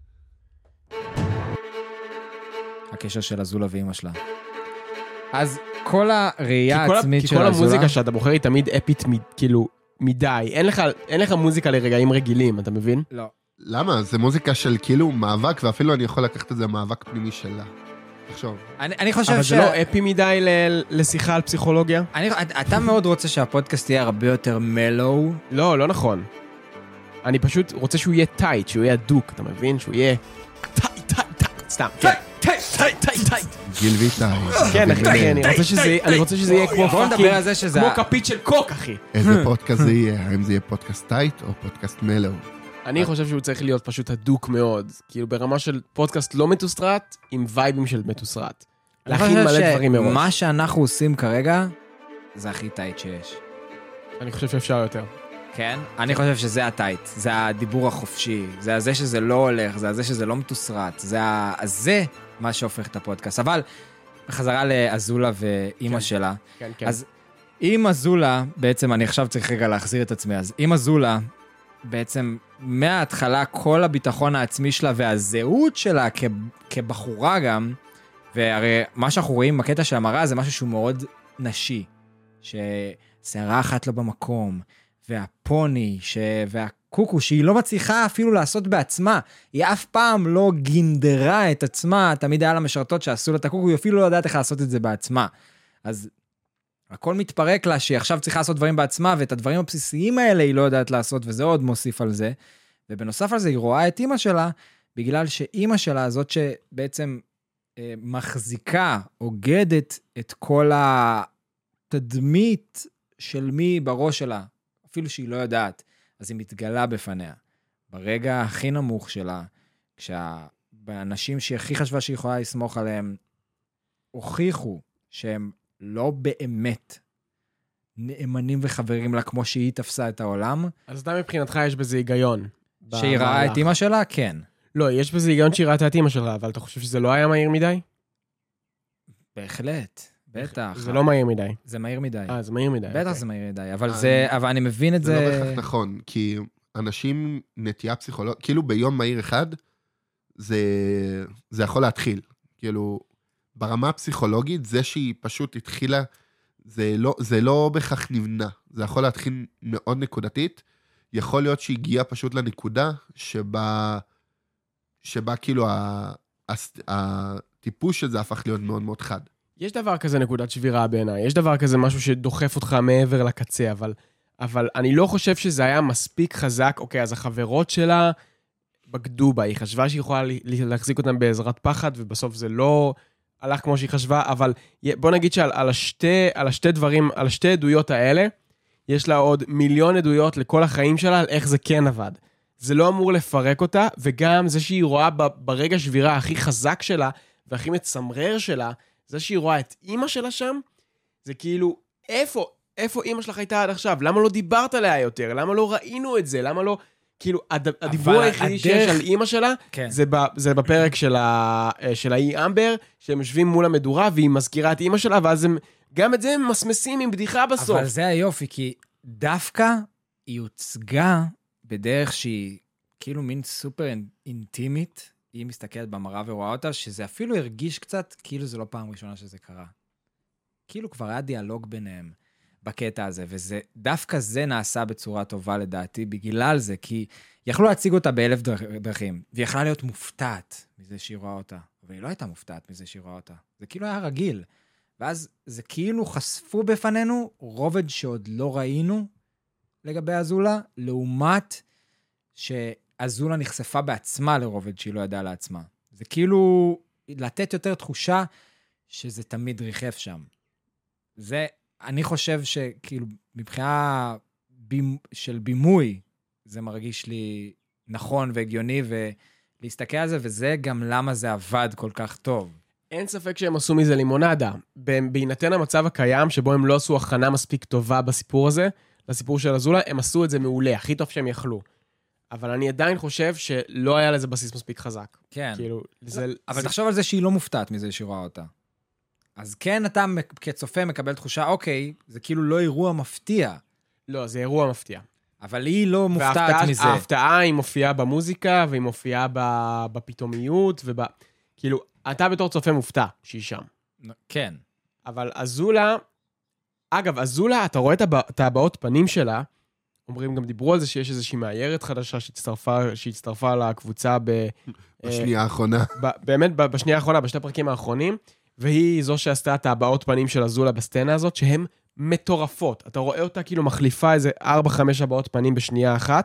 הקשר של אזולה ואמא שלה. אז כל הראייה העצמית של אזולה... כי כל המוזיקה אזולה... שאתה בוחר היא תמיד אפית, כאילו, מדי. אין לך, אין לך מוזיקה לרגעים רגילים, אתה מבין? לא. למה? זה מוזיקה של כאילו מאבק, ואפילו אני יכול לקחת את זה מאבק פנימי שלה. תחשוב. אני, אני חושב אבל ש... אבל זה לא אפי מדי ל... לשיחה על פסיכולוגיה? אני, אתה מאוד רוצה שהפודקאסט יהיה הרבה יותר מלואו? לא, לא נכון. אני פשוט רוצה שהוא יהיה טייט, שהוא יהיה דוק, אתה מבין? שהוא יהיה... טייט, טייט, טייט, סתם, כן. טייט, טייט, טייט, טייט. גיל ויטה. כן, אחי, אני רוצה שזה יהיה כמו פאקינג, כמו כפית של קוק, אחי. איזה פודקאסט זה יהיה? האם זה יהיה פודקאסט טייט או פודקאסט מלואו? אני חושב שהוא צריך להיות פשוט הדוק מאוד, כאילו ברמה של פודקאסט לא מתוסרט, עם וייבים של מתוסרט. להכין מלא דברים מראש. מה שאנחנו עושים כרגע, זה הכי טייט שיש. אני חושב שאפשר יותר. כן? אני חושב שזה הטייט, זה הדיבור החופשי, זה הזה שזה לא הולך, זה הזה שזה לא מתוסרט, זה הזה מה שהופך את הפודקאסט. אבל בחזרה לאזולה ואימא שלה, כן, כן. אז אם אזולה, בעצם אני עכשיו צריך רגע להחזיר את עצמי, אז אם אזולה, בעצם מההתחלה כל הביטחון העצמי שלה והזהות שלה כ- כבחורה גם, והרי מה שאנחנו רואים בקטע של המראה זה משהו שהוא מאוד נשי, ששערה אחת לא במקום, והפוני, ש... והקוקו, שהיא לא מצליחה אפילו לעשות בעצמה, היא אף פעם לא גינדרה את עצמה, תמיד היה לה משרתות שעשו לה את הקוקו, היא אפילו לא יודעת איך לעשות את זה בעצמה. אז הכל מתפרק לה שהיא עכשיו צריכה לעשות דברים בעצמה, ואת הדברים הבסיסיים האלה היא לא יודעת לעשות, וזה עוד מוסיף על זה. ובנוסף על זה היא רואה את אמא שלה, בגלל שאמא שלה זאת שבעצם אה, מחזיקה, אוגדת את כל התדמית של מי בראש שלה, אפילו שהיא לא יודעת, אז היא מתגלה בפניה. ברגע הכי נמוך שלה, כשהאנשים שהיא הכי חשבה שהיא יכולה לסמוך עליהם, הוכיחו שהם לא באמת נאמנים וחברים לה כמו שהיא תפסה את העולם. אז אתה מבחינתך יש בזה היגיון. שהיא ראה את אמא שלה? כן. לא, יש בזה היגיון שהיא ראתה את אמא שלה, אבל אתה חושב שזה לא היה מהיר מדי? בהחלט, בטח. זה לא מהיר מדי. זה מהיר מדי. אה, זה מהיר מדי. בטח זה מהיר מדי, אבל זה, אבל אני מבין את זה... זה לא בהכרח נכון, כי אנשים נטייה פסיכולוגית, כאילו ביום מהיר אחד, זה, זה יכול להתחיל. כאילו, ברמה הפסיכולוגית, זה שהיא פשוט התחילה, זה לא, זה לא בכך נבנה. זה יכול להתחיל מאוד נקודתית. יכול להיות שהגיעה פשוט לנקודה שבה, שבה כאילו הטיפוש של זה הפך להיות מאוד מאוד חד. יש דבר כזה נקודת שבירה בעיניי, יש דבר כזה משהו שדוחף אותך מעבר לקצה, אבל, אבל אני לא חושב שזה היה מספיק חזק. אוקיי, אז החברות שלה בגדו בה, היא חשבה שהיא יכולה להחזיק אותם בעזרת פחד, ובסוף זה לא הלך כמו שהיא חשבה, אבל בוא נגיד שעל על השתי, על השתי דברים, על השתי עדויות האלה, יש לה עוד מיליון עדויות לכל החיים שלה, על איך זה כן עבד. זה לא אמור לפרק אותה, וגם זה שהיא רואה ברגע שבירה הכי חזק שלה, והכי מצמרר שלה, זה שהיא רואה את אמא שלה שם, זה כאילו, איפה, איפה אמא שלך הייתה עד עכשיו? למה לא דיברת עליה יותר? למה לא ראינו את זה? למה לא... כאילו, הדיבור היחידי שיש על אמא שלה, זה בפרק של האי אמבר, שהם יושבים מול המדורה, והיא מזכירה את אמא שלה, ואז הם, גם את זה הם מסמסים עם בדיחה בסוף. אבל זה היופי, כי דווקא היא הוצגה בדרך שהיא כאילו מין סופר אינטימית, היא מסתכלת במראה ורואה אותה, שזה אפילו הרגיש קצת כאילו זה לא פעם ראשונה שזה קרה. כאילו כבר היה דיאלוג ביניהם בקטע הזה, וזה, דווקא זה נעשה בצורה טובה לדעתי, בגלל זה, כי יכלו להציג אותה באלף דרכים, והיא יכלה להיות מופתעת מזה שהיא רואה אותה, והיא לא הייתה מופתעת מזה שהיא רואה אותה. זה כאילו היה רגיל. ואז זה כאילו חשפו בפנינו רובד שעוד לא ראינו לגבי אזולה, לעומת שאזולה נחשפה בעצמה לרובד שהיא לא ידעה לעצמה. זה כאילו לתת יותר תחושה שזה תמיד ריחף שם. זה, אני חושב שכאילו מבחינה בימ, של בימוי, זה מרגיש לי נכון והגיוני, ולהסתכל על זה, וזה גם למה זה עבד כל כך טוב. אין ספק שהם עשו מזה לימונדה. בהינתן המצב הקיים, שבו הם לא עשו הכנה מספיק טובה בסיפור הזה, לסיפור של אזולה, הם עשו את זה מעולה, הכי טוב שהם יכלו. אבל אני עדיין חושב שלא היה לזה בסיס מספיק חזק. כן. כאילו, זה... אבל זה... תחשוב על זה שהיא לא מופתעת מזה שהיא רואה אותה. אז כן, אתה כצופה מקבל תחושה, אוקיי, זה כאילו לא אירוע מפתיע. לא, זה אירוע מפתיע. אבל היא לא מופתעת וההפתעה, מזה. ההפתעה היא מופיעה במוזיקה, והיא מופיעה בפתאומיות, וב... כאילו, אתה בתור צופה מופתע שהיא שם. כן. אבל אזולה, אגב, אזולה, אתה רואה את הבעות פנים שלה, אומרים, גם דיברו על זה שיש איזושהי מאיירת חדשה שהצטרפה, שהצטרפה לקבוצה ב... בשנייה האחרונה. ב, באמת, בשנייה האחרונה, בשני הפרקים האחרונים, והיא זו שעשתה את הבעות פנים של אזולה בסצנה הזאת, שהן מטורפות. אתה רואה אותה כאילו מחליפה איזה ארבע חמש הבעות פנים בשנייה אחת,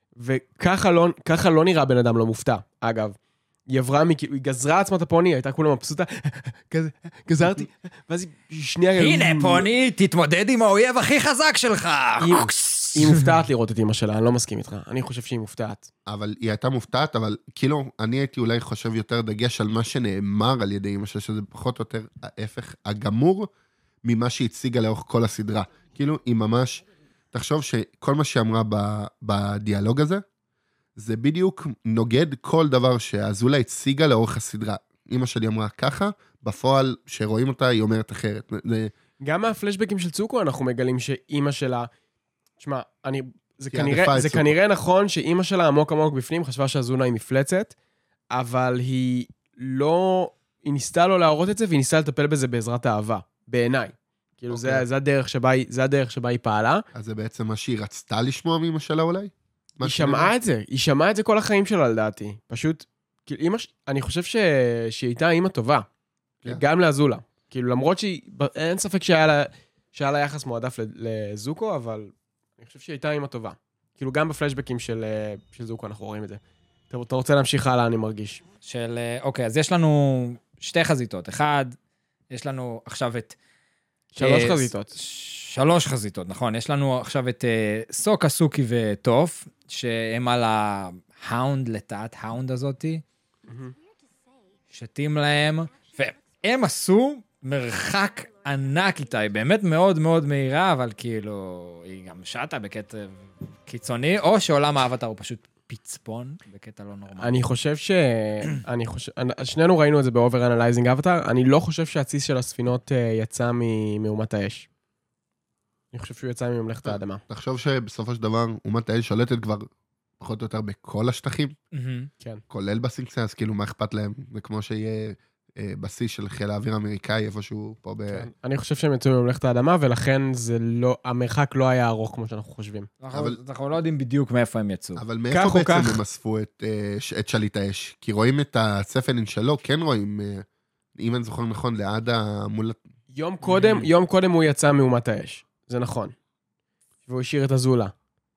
וככה לא, ככה לא נראה בן אדם לא מופתע, אגב. היא עברה, היא גזרה עצמה את הפוני, הייתה כולה מבסוטה, כזה, גזרתי, ואז היא שנייה... הנה פוני, תתמודד עם האויב הכי חזק שלך. היא מופתעת לראות את אמא שלה, אני לא מסכים איתך, אני חושב שהיא מופתעת. אבל היא הייתה מופתעת, אבל כאילו, אני הייתי אולי חושב יותר דגש על מה שנאמר על ידי אמא שלה, שזה פחות או יותר ההפך הגמור ממה שהציגה לאורך כל הסדרה. כאילו, היא ממש, תחשוב שכל מה שאמרה בדיאלוג הזה, זה בדיוק נוגד כל דבר שאזולה הציגה לאורך הסדרה. אמא שלי אמרה ככה, בפועל שרואים אותה היא אומרת אחרת. זה... גם מהפלשבקים של צוקו אנחנו מגלים שאמא שלה, תשמע, אני, זה, כנראה, זה כנראה נכון שאמא שלה עמוק עמוק בפנים חשבה שאזולה היא מפלצת, אבל היא לא, היא ניסתה לא להראות את זה, והיא ניסתה לטפל בזה בעזרת האהבה, בעיניי. כאילו okay. זה, זה הדרך שבה היא, זה הדרך שבה היא פעלה. אז זה בעצם מה שהיא רצתה לשמוע מאמא שלה אולי? היא שמעה את זה, היא שמעה את זה כל החיים שלה לדעתי. פשוט, כאילו, אמא, אני חושב ש... שהיא הייתה אמא טובה. Yeah. גם לאזולה. כאילו, למרות שהיא, אין ספק שהיה לה, שהיה לה יחס מועדף לזוקו, אבל אני חושב שהיא הייתה אמא טובה. כאילו, גם בפלשבקים של, של זוקו אנחנו רואים את זה. אתה, אתה רוצה להמשיך הלאה, אני מרגיש. של, אוקיי, אז יש לנו שתי חזיתות. אחד, יש לנו עכשיו את... שלוש uh, חזיתות. שלוש חזיתות, נכון. יש לנו עכשיו את uh, סוקה, סוקי וטוף, שהם על ההאונד, לטעת האונד הזאת. Mm-hmm. שתים להם, והם עשו מרחק ענק איתה, היא באמת מאוד מאוד מהירה, אבל כאילו, היא גם שטה בקטע קיצוני, או שעולם האבטר הוא פשוט פצפון, בקטע לא נורמלי. אני חושב ש... אני חושב... שנינו ראינו את זה ב-over-analyzing אבטר, אני לא חושב שהציס של הספינות יצא מאומת האש. אני חושב שהוא יצא מממלכת האדמה. תחשוב שבסופו של דבר, אומת האש שולטת כבר פחות או יותר בכל השטחים, כן. כולל בסינקסה, אז כאילו מה אכפת להם? זה כמו שיהיה בסיס של חיל האוויר האמריקאי, איפשהו פה ב... אני חושב שהם יצאו מממלכת האדמה, ולכן זה לא, המרחק לא היה ארוך כמו שאנחנו חושבים. אנחנו לא יודעים בדיוק מאיפה הם יצאו. אבל מאיפה בעצם הם אספו את שליט האש? כי רואים את הספלין שלו, כן רואים, אם אני זוכר נכון, ליד המול... יום קודם, יום קודם הוא יצא מאומת האש, זה נכון. והוא השאיר את אזולה.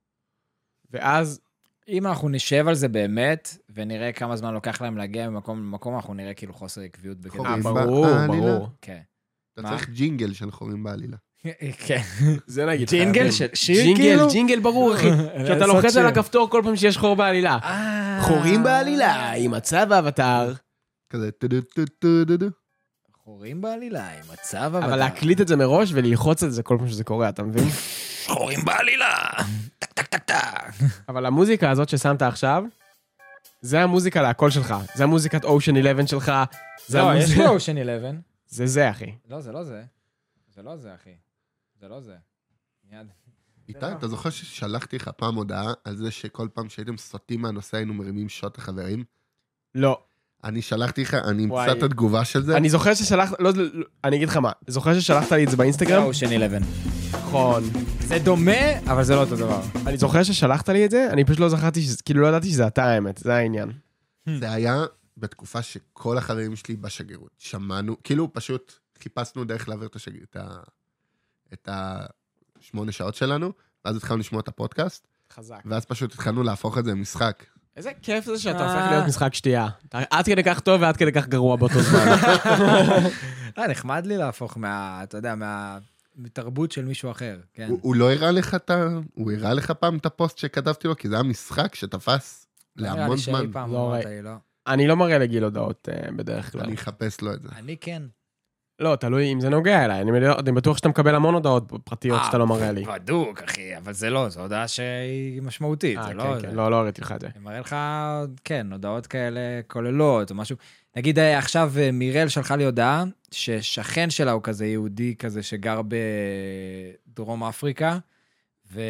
ואז... אם אנחנו נשב על זה באמת, ונראה כמה זמן לוקח להם להגיע ממקום למקום, אנחנו נראה כאילו חוסר עקביות בקטע. ברור, ברור. אתה צריך ג'ינגל של חורים בעלילה. כן. זה נגיד. ג'ינגל של שיר ג'ינגל, כאילו? ג'ינגל ברור, אחי. שאתה לוחץ על הכפתור כל פעם שיש חור בעלילה. חורים בעלילה, עם מצב האבטר. כזה טו-דו-טו-טו-דו. חורים בעלילה, עם מצב אבל... אבל להקליט את זה מראש וללחוץ על זה כל פעם שזה קורה, אתה מבין? חורים בעלילה! טק טק טק טק. אבל המוזיקה הזאת ששמת עכשיו, זה המוזיקה להכל שלך. זה המוזיקת אושן אחת עשרה שלך. לא, יש לי אושן אחת עשרה. זה זה, אחי. לא, זה לא זה. זה לא זה, אחי. זה לא זה. מיד. איתי, אתה זוכר ששלחתי לך פעם הודעה על זה שכל פעם שהייתם סוטים מהנושא היינו מרימים שוט לחברים? לא. אני שלחתי לך, אני אמצא את התגובה של זה. אני זוכר ששלחת, לא, אני אגיד לך מה, זוכר ששלחת לי את זה באינסטגרם? אושן אחת עשרה. נכון. זה דומה, אבל זה לא אותו דבר. אני זוכר ששלחת לי את זה, אני פשוט לא זכרתי, כאילו לא ידעתי שזה אתה האמת, זה העניין. זה היה בתקופה שכל החברים שלי בשגרירות, שמענו, כאילו פשוט חיפשנו דרך להעביר את השגרירות, את ה... את השמונה שעות שלנו, ואז התחלנו לשמוע את הפודקאסט. חזק. ואז פשוט התחלנו להפוך את זה למשחק. איזה כיף זה שאתה הופך להיות משחק שתייה. עד כדי כך טוב ועד כדי כך גרוע באותו זמן. אה, נחמד לי להפוך מה, אתה יודע, מתרבות של מישהו אחר, כן. הוא לא הראה לך את ה... הוא הראה לך פעם את הפוסט שכתבתי לו, כי זה היה משחק שתפס להמון זמן. אני לא מראה לגיל הודעות בדרך כלל. אני אחפש לו את זה. אני כן. לא, תלוי אם זה נוגע אליי. אני בטוח שאתה מקבל המון הודעות פרטיות שאתה לא מראה לי. בדוק, אחי, אבל זה לא, זו הודעה שהיא משמעותית. אה, כן, כן, לא, לא הראיתי לך את זה. אני מראה לך, כן, הודעות כאלה כוללות או משהו. נגיד, עכשיו מירל שלחה לי הודעה, ששכן שלה הוא כזה יהודי כזה שגר בדרום אפריקה, ו...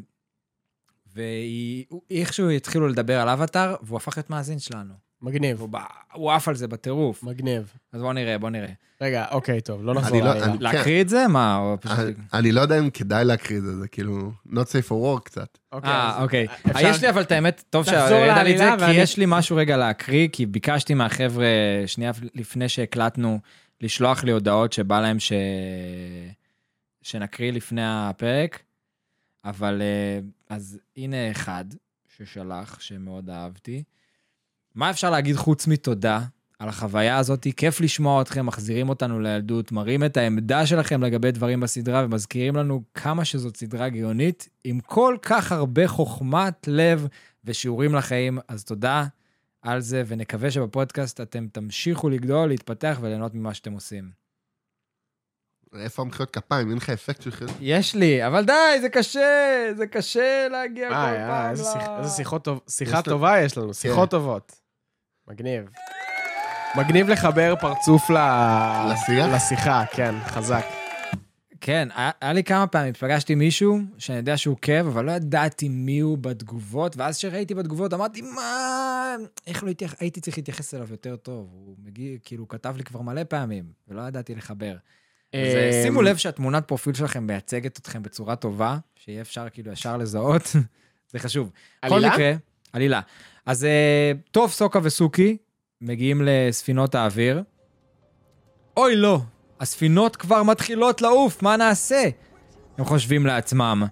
ואיכשהו התחילו לדבר על אבטר, והוא הפך את מאזין שלנו. מגניב. הוא עף על זה בטירוף. מגניב. אז בוא נראה, בוא נראה. רגע, אוקיי, טוב, לא נחזור לעילה. להקריא את זה? מה? אני לא יודע אם כדאי להקריא את זה, זה כאילו, not safe for work קצת. אה, אוקיי. יש לי אבל את האמת, טוב שהראית לי את זה, כי יש לי משהו רגע להקריא, כי ביקשתי מהחבר'ה, שנייה לפני שהקלטנו, לשלוח לי הודעות שבא להם שנקריא לפני הפרק, אבל אז הנה אחד ששלח, שמאוד אהבתי. מה אפשר להגיד חוץ מתודה על החוויה הזאת? כיף לשמוע אתכם, מחזירים אותנו לילדות, מראים את העמדה שלכם לגבי דברים בסדרה, ומזכירים לנו כמה שזאת סדרה גאונית, עם כל כך הרבה חוכמת לב ושיעורים לחיים. אז תודה על זה, ונקווה שבפודקאסט אתם תמשיכו לגדול, להתפתח וליהנות ממה שאתם עושים. איפה המחיאות כפיים? אין לך אפקט של חיות? יש לי, אבל די, זה קשה, זה קשה להגיע כל פעם. איזה שיחות טוב, שיחה טובה יש לנו, שיחות טובות. מגניב. מגניב לחבר פרצוף לשיחה, כן, חזק. כן, היה לי כמה פעמים, פגשתי מישהו שאני יודע שהוא כיף, אבל לא ידעתי מי הוא בתגובות, ואז שראיתי בתגובות, אמרתי, מה, איך לא הייתי צריך להתייחס אליו יותר טוב? הוא מגיע, כאילו, הוא כתב לי כבר מלא פעמים, ולא ידעתי לחבר. אז שימו לב שהתמונת פרופיל שלכם מייצגת אתכם בצורה טובה, שיהיה אפשר כאילו ישר לזהות, זה חשוב. עלילה? כל מקרה, עלילה. אז טוב, סוקה וסוקי מגיעים לספינות האוויר. אוי לא, הספינות כבר מתחילות לעוף, מה נעשה? הם חושבים לעצמם.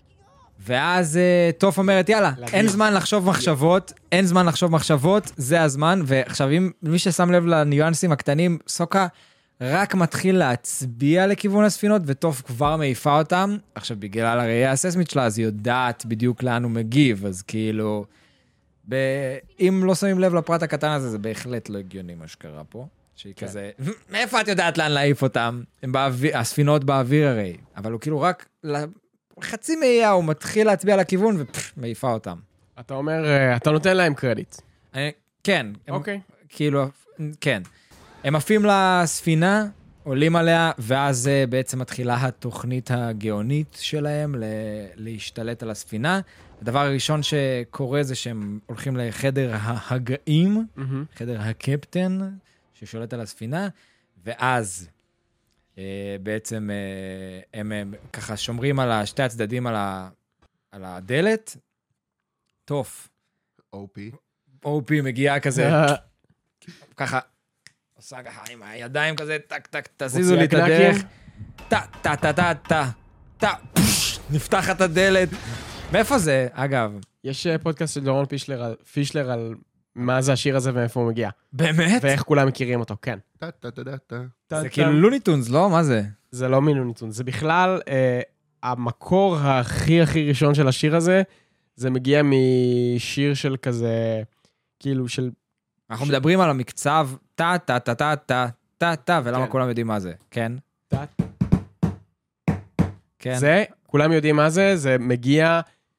ואז טוב אומרת, יאללה, אין זמן לחשוב מחשבות, אין זמן לחשוב מחשבות, זה הזמן. ועכשיו, אם מי ששם לב לניואנסים הקטנים, סוקה רק מתחיל להצביע לכיוון הספינות, וטוב כבר מעיפה אותם. עכשיו, בגלל הראייה הססמית שלה, אז היא יודעת בדיוק לאן הוא מגיב, אז כאילו, ב... אם לא שמים לב לפרט הקטן הזה, זה בהחלט לא הגיוני מה שקרה פה, שהיא כן. כזה, מאיפה את יודעת לאן להעיף אותם? הם באוויר, הספינות באוויר הרי, אבל הוא כאילו רק חצי מאייה, הוא מתחיל להצביע לכיוון, ומעיפה אותם. אתה אומר, אתה נותן להם קרדיט. אני... כן. אוקיי. הם... כאילו, כן. הם עפים לספינה, עולים עליה, ואז בעצם מתחילה התוכנית הגאונית שלהם להשתלט על הספינה. הדבר הראשון שקורה זה שהם הולכים לחדר ההגאים, חדר הקפטן, ששולט על הספינה, ואז בעצם הם ככה שומרים על שתי הצדדים על הדלת. טוב. או פי. או פי מגיעה כזה, ככה, עושה ככה עם הידיים כזה, טק, טק, תזיזו לי את הדרך. טה, טה, טה, טה, טה, טה, נפתח את הדלת. מאיפה זה, אגב? יש פודקאסט של דורון פישלר על מה זה השיר הזה ואיפה הוא מגיע. באמת? ואיך כולם מכירים אותו, כן. טה, טה, טה, טה. זה כאילו לוניטונס, לא? מה זה? זה לא מלוניטון, זה בכלל, אה, המקור הכי הכי ראשון של השיר הזה, זה מגיע משיר של כזה, כאילו של... אנחנו מדברים על המקצב, טה, טה, טה, טה, טה, טה, טה, ולמה כן. כולם יודעים מה זה, כן? טה. כן. זה, כולם יודעים מה זה, זה מגיע,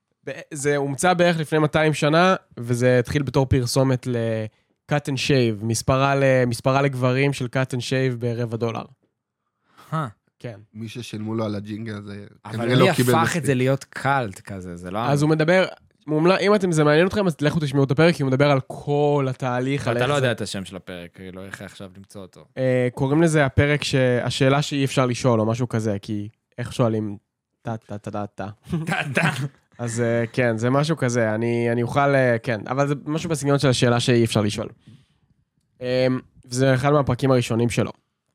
זה הומצא בערך לפני מאתיים שנה, וזה התחיל בתור פרסומת ל-cut and shave, מספרה, ל- מספרה לגברים של cut and shave ברבע דולר. אה. כן. מי ששילמו לו על הג'ינגל הזה, אבל כנראה מי לא קיבל הפך מספיק. את זה להיות קלט כזה, זה לא... אז הוא מדבר, מומלץ, אם אתם, זה מעניין אתכם, אז לכו תשמעו את הפרק, כי הוא מדבר על כל התהליך. על אתה איך לא זה- יודע את השם של הפרק, לא איך עכשיו למצוא אותו. אה, קוראים לזה הפרק שהשאלה שאי אפשר לשאול, או משהו כזה, כי איך שואלים, טה, טה, טה, טה, טה. טה, טה. אז אה, כן, זה משהו כזה, אני, אני אוכל, אה, כן, אבל זה משהו בסגנון של השאלה שאי אפשר לשאול. אה, וזה אחד מהפרקים הראשונים שלו.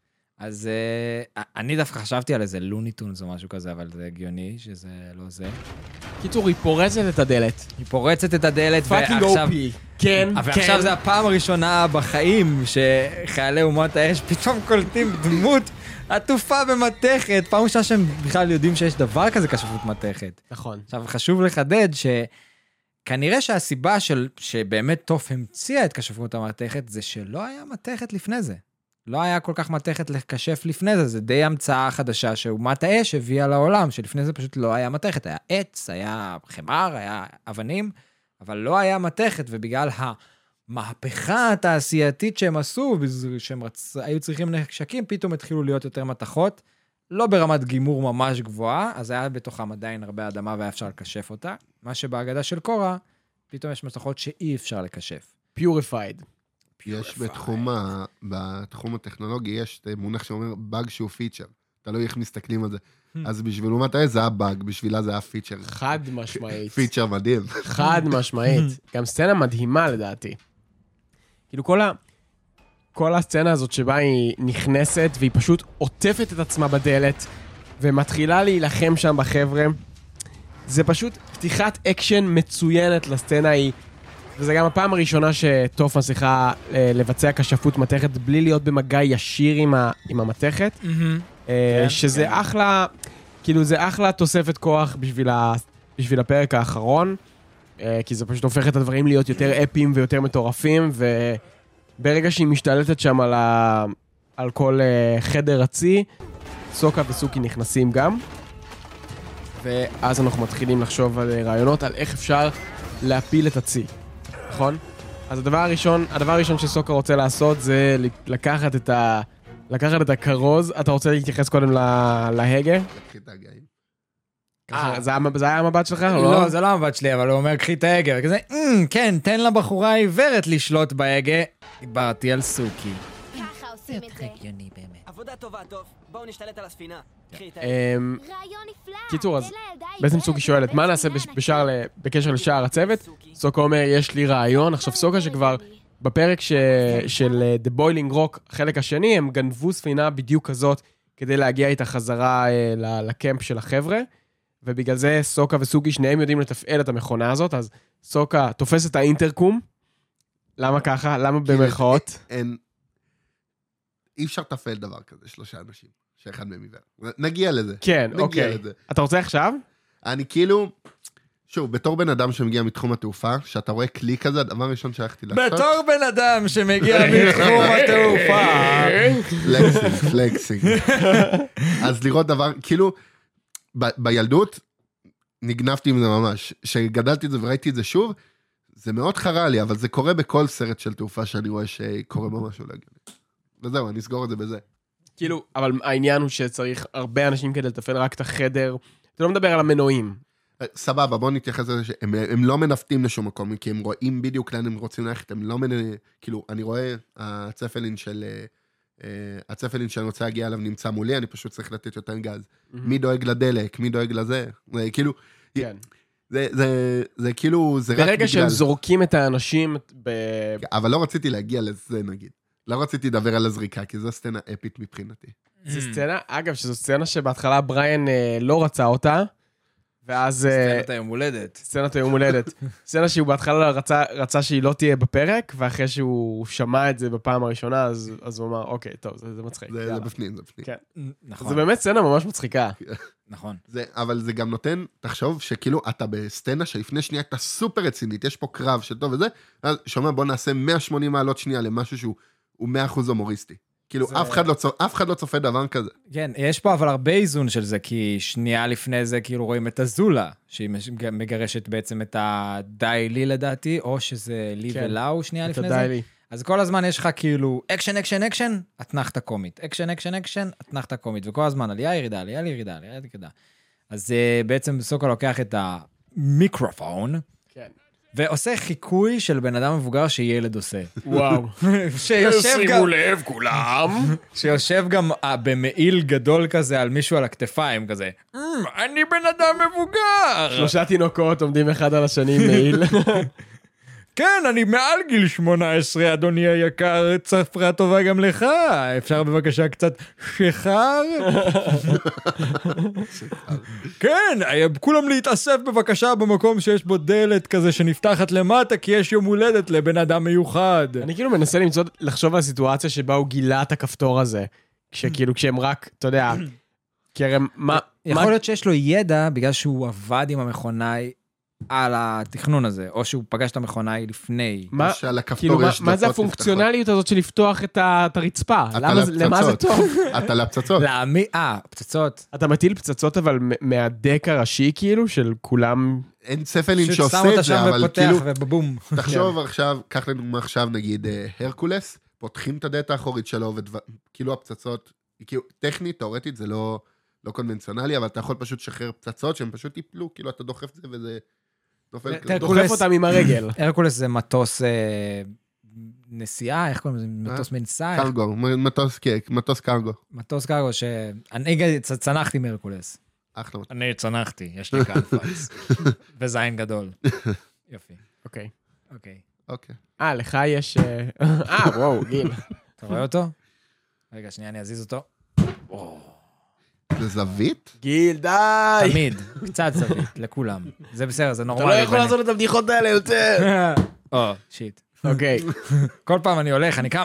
אז אה, אני דווקא חשבתי על איזה לוניטונס או משהו כזה, אבל זה הגיוני שזה לא זה. קיצור, היא פורצת את הדלת. היא פורצת את הדלת, פאקינג ועכשיו... אופי. כן, ועכשיו כן. זה הפעם הראשונה בחיים שחיילי אומות האש פתאום קולטים דמות עטופה במתכת. פעם ראשונה שהם בכלל יודעים שיש דבר כזה כשפות מתכת. נכון. עכשיו חשוב לחדד שכנראה שהסיבה של, שבאמת טוף המציאה את כשפות המתכת זה שלא היה מתכת לפני זה. לא היה כל כך מתכת לקשף לפני זה, זה די המצאה חדשה שאומת האש הביאה לעולם, שלפני זה פשוט לא היה מתכת, היה עץ, היה חמר, היה אבנים, אבל לא היה מתכת, ובגלל המהפכה התעשייתית שהם עשו, שהם רצ... היו צריכים נשקים, פתאום התחילו להיות יותר מתכות, לא ברמת גימור ממש גבוהה, אז היה בתוכם עדיין הרבה אדמה והיה אפשר לקשף אותה, מה שבהגדה של קורה, פתאום יש מתכות שאי אפשר לקשף. Purified. יש בתחום, ה... בתחום הטכנולוגי, יש מונח שאומר באג שהוא פיצ'ר. תלוי איך מסתכלים על זה. אז בשביל אומת האש זה היה באג, בשבילה זה היה פיצ'ר. חד משמעית. פיצ'ר מדהים. חד משמעית. גם סצנה מדהימה לדעתי. כאילו כל ה... כל הסצנה הזאת שבה היא נכנסת, והיא פשוט עוטפת את עצמה בדלת, ומתחילה להילחם שם בחבר'ה. זה פשוט פתיחת אקשן מצוינת לסצנה היא, וזה גם הפעם הראשונה שטוף מצליחה לבצע כשפות מתכת, בלי להיות במגע ישיר עם, ה... עם המתכת. שזה אחלה, כאילו זה אחלה תוספת כוח בשביל, ה... בשביל הפרק האחרון, כי זה פשוט הופך את הדברים להיות יותר אפיים ויותר מטורפים, וברגע שהיא משתלטת שם על, ה... על כל חדר רצי, סוקה וסוקי נכנסים גם, ואז אנחנו מתחילים לחשוב על רעיונות, על איך אפשר להפיל את הצי, נכון? אז הדבר הראשון, הדבר הראשון שסוקה רוצה לעשות זה לקחת את ה... לקחת את הקרוז, אתה רוצה להתייחס קודם להגה? לקחי את ההגאים. זה היה המבט שלך? לא, זה לא המבט שלי, אבל הוא אומר, קחי את ההגה, וכזה, כן, תן לבחורה העיוורת לשלוט בהגה. דיברתי על סוקי. ככה עושים את זה. הגיוני באמת. עבודה טובה, טוב. בואו נשתלט על הספינה. קחי את ה... רעיון נפלא. קיצור, אז תן לילדה בעצם עיוורת סוקי שואלת, מה לדבר נעשה שנייה בשער ל- בקשר לשער הצוות? סוקה אומר, יש לי רעיון. עכשיו סוקה שכבר בפרק ש- של uh, The Boiling Rock, החלק השני, הם גנבו ספינה בדיוק כזאת, כדי להגיע איתה חזרה uh, ל- לקמפ של החבר'ה, ובגלל זה סוקה וסוקי שניהם יודעים לתפעל את המכונה הזאת, אז סוקה תופס את האינטרקום. למה ככה? למה במרכאות? אין... אי אפשר לתפעל דבר כזה, שלושה אנשים, שאחד מהם עיוור. נגיע לזה. כן, נגיע אוקיי. לזה. אתה רוצה עכשיו? אני כאילו... שוב, בתור בן אדם שמגיע מתחום התעופה, שאתה רואה כלי כזה, הדבר הראשון שהלכתי לעשות... בתור בן אדם שמגיע מתחום התעופה. פלקסינג, פלקסינג. אז לראות דבר, כאילו, ב- בילדות, נגנבתי עם זה ממש. כשגדלתי את זה וראיתי את זה שוב, זה מאוד חרה לי, אבל זה קורה בכל סרט של תעופה שאני רואה שקורה ממש לא הגיוני. וזהו, אני אסגור את זה בזה. כאילו, אבל העניין הוא שצריך הרבה אנשים כדי לתפעל רק את החדר. אתה לא מדבר על המנועים. סבבה, בואו נתייחס לזה שהם הם לא מנפתים לשום מקום, כי הם רואים בדיוק לאן הם רוצים ללכת, הם לא מנ... כאילו, אני רואה הצפלין של... הצפלין שאני רוצה להגיע אליו נמצא מולי, אני פשוט צריך לתת יותר גז. מי דואג לדלק, מי דואג לזה, זה כאילו... כן. זה, זה, זה כאילו, זה רק בגלל... ברגע שהם זורקים את האנשים ב... אבל לא רציתי להגיע לזה, נגיד. לא רציתי לדבר על הזריקה, כי זו סצנה אפית מבחינתי. זו סצנה, אגב, שזו סצנה שבהתחלה בריין אה, לא רצה אותה, ואז... אה, סצנת היום הולדת. סצנת היום הולדת. סצנה שהוא בהתחלה רצה, רצה שהיא לא תהיה בפרק, ואחרי שהוא שמע את זה בפעם הראשונה, אז, אז הוא אמר, אוקיי, טוב, זה, זה מצחיק. זה, זה בפנים, זה בפנים. כן. נכון. זה באמת סצנה ממש מצחיקה. נכון. זה, אבל זה גם נותן, תחשוב שכאילו אתה בסצנה שלפני שנייה הייתה סופר רצינית, יש פה קרב שטוב וזה, אז שומע בוא נעשה מאה ושמונים מעלות שנייה למשהו שהוא מאה אחוז הומוריסטי. כאילו זה... אף, אחד לא צופ, אף אחד לא צופה דבר כזה. כן, יש פה אבל הרבה איזון של זה, כי שנייה לפני זה כאילו רואים את הזולה, שהיא מגרשת בעצם את הדיילי לדעתי, או שזה לי כן. ולאו שנייה לפני הדיילי. זה. אז כל הזמן יש לך כאילו אקשן, אקשן, אקשן, התנחת קומית. אקשן, אקשן, אקשן, התנחת קומית. וכל הזמן עלייה ירידה, עלייה ירידה, עלייה ירידה. אז uh, בעצם סוקה לוקח את המיקרופון, כן. ועושה חיקוי של בן אדם מבוגר שילד עושה. וואו. שיושב גם... שימו לב כולם. שיושב גם uh, במעיל גדול כזה על מישהו על הכתפיים כזה. "אמ, אני בן אדם מבוגר. שלושה תינוקות עומדים אחד על השני מעיל. כן, אני מעל גיל שמונה עשרה, אדוני היקר, צפרה טובה גם לך. אפשר בבקשה קצת שחר? כן, כולם להתאסף בבקשה במקום שיש בו דלת כזה שנפתחת למטה, כי יש יום הולדת לבן אדם מיוחד. אני כאילו מנסה למצוא, לחשוב על הסיטואציה שבה הוא גילה את הכפתור הזה. כשכאילו כשהם רק, אתה יודע, כי הרי מה... יכול להיות שיש לו ידע בגלל שהוא עבד עם המכונאי על התכנון הזה, או שהוא פגש את המכונאי לפני. מה, שעל הכפתור כאילו, מה, יש מה זה דלתות הפונקציונליות הזאת של לפתוח את, ה, את הרצפה? אתה למה, זה- למה זה לפצצות. טוב? אתה לפצצות. לעמי... אה, פצצות. אתה מטיל פצצות אבל מ- מהדק הראשי כאילו, של כולם... אין ספלין פשוט שעושה שם אותה את זה, שם אבל ופותח כאילו, ובבום. תחשוב עכשיו, קח לדוגמה עכשיו נגיד אה, הרקולס, פותחים את הדלת האחורית שלו, וכאילו הפצצות, כאילו טכנית, תאורטית, זה לא, לא קונבנציונלי, אבל אתה יכול פשוט לשחרר פצצות שהם פשוט ייפלו, כאילו אתה דוחף את זה וזה נופל ת- כזה. דוחף אותם עם הרגל. הרקולס זה מטוס אה, נסיעה, איך קוראים לזה? מטוס מנסה? איך- קרגו, מטוס, כן, מטוס קרגו. מטוס קרגו שאני צ- צנחתי מרקולס. אחלה מטוס. אני צנחתי, יש לי כאן פייס. וזין גדול. יופי, אוקיי. אוקיי. אוקיי. אה, לך יש... אה, אה, וואו, גיל. אתה רואה אותו? רגע, שנייה, אני אזיז אותו. זה זווית? גיל, די! תמיד, קצת זווית, לכולם. זה בסדר, זה אתה נורמלי. לא יכול לעשות את הבדיחות האלה יותר. או, שיט. אוקיי. כל פעם אני הולך, אני קם...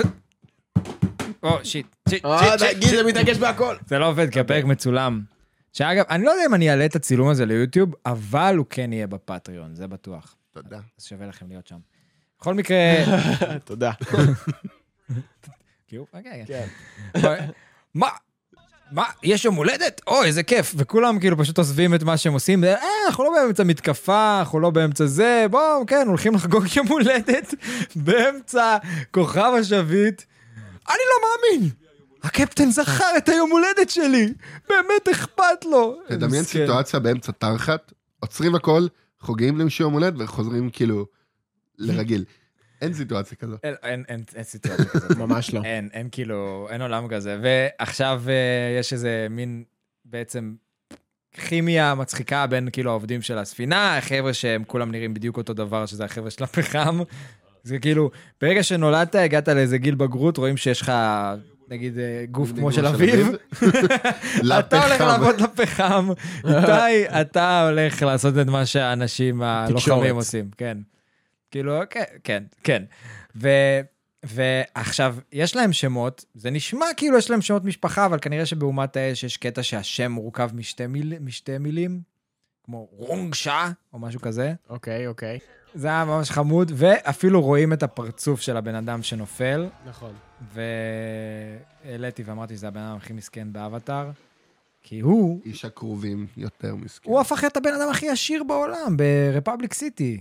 או, שיט, שיט, אה, שיט, די, שיט. גיל, זה מתרגש בהכל. זה לא עובד, כי הפרק מצולם. שאגב, אני לא יודע אם אני אעלה את הצילום הזה ליוטיוב, אבל הוא כן יהיה בפטריון, זה בטוח. תודה. אז שווה לכם להיות שם. בכל מקרה... תודה. כאילו, אוקיי. כן. מה? מה? יש יום הולדת? אוי, איזה כיף. וכולם כאילו פשוט עוזבים את מה שהם עושים. אה, אנחנו לא באמצע מתקפה, אנחנו לא באמצע זה. בואו, כן, הולכים לחגוג יום הולדת באמצע כוכב השביט. אני לא מאמין. הקפטן זכר את היום הולדת שלי. באמת אכפת לו. תדמיין מסכן. סיטואציה באמצע תחת, עוצרים הכל, חוגגים למישהו יום הולדת וחוזרים כאילו לרגיל. אין סיטואציה כזאת. אין, אין, אין, אין סיטואציה כזאת. ממש לא. אין, אין כאילו, אין עולם כזה. ועכשיו אה, יש איזה מין בעצם כימיה מצחיקה בין כאילו העובדים של הספינה, החבר'ה שהם כולם נראים בדיוק אותו דבר, שזה החבר'ה של הפחם. זה כאילו, ברגע שנולדת, הגעת לאיזה גיל בגרות, רואים שיש לך, נגיד, אה, גוף כמו של אביב. אתה הולך לעבוד לפחם. איתי, אתה הולך לעשות את מה שהאנשים הלוחמים עושים. כן. כאילו, כן, כן, כן. ו, ועכשיו, יש להם שמות, זה נשמע כאילו יש להם שמות משפחה, אבל כנראה שבאומת האש יש קטע שהשם מורכב משתי, מיל, משתי מילים, כמו רונגשה, או משהו כזה. אוקיי, אוקיי. זה היה ממש חמוד, ואפילו רואים את הפרצוף של הבן אדם שנופל, נכון. והעליתי ואמרתי שזה הבן אדם הכי מסכן באבטר, כי הוא, איש הקרובים יותר מסכן. הוא הפך להיות הבן אדם הכי עשיר בעולם, ברפבליק סיטי.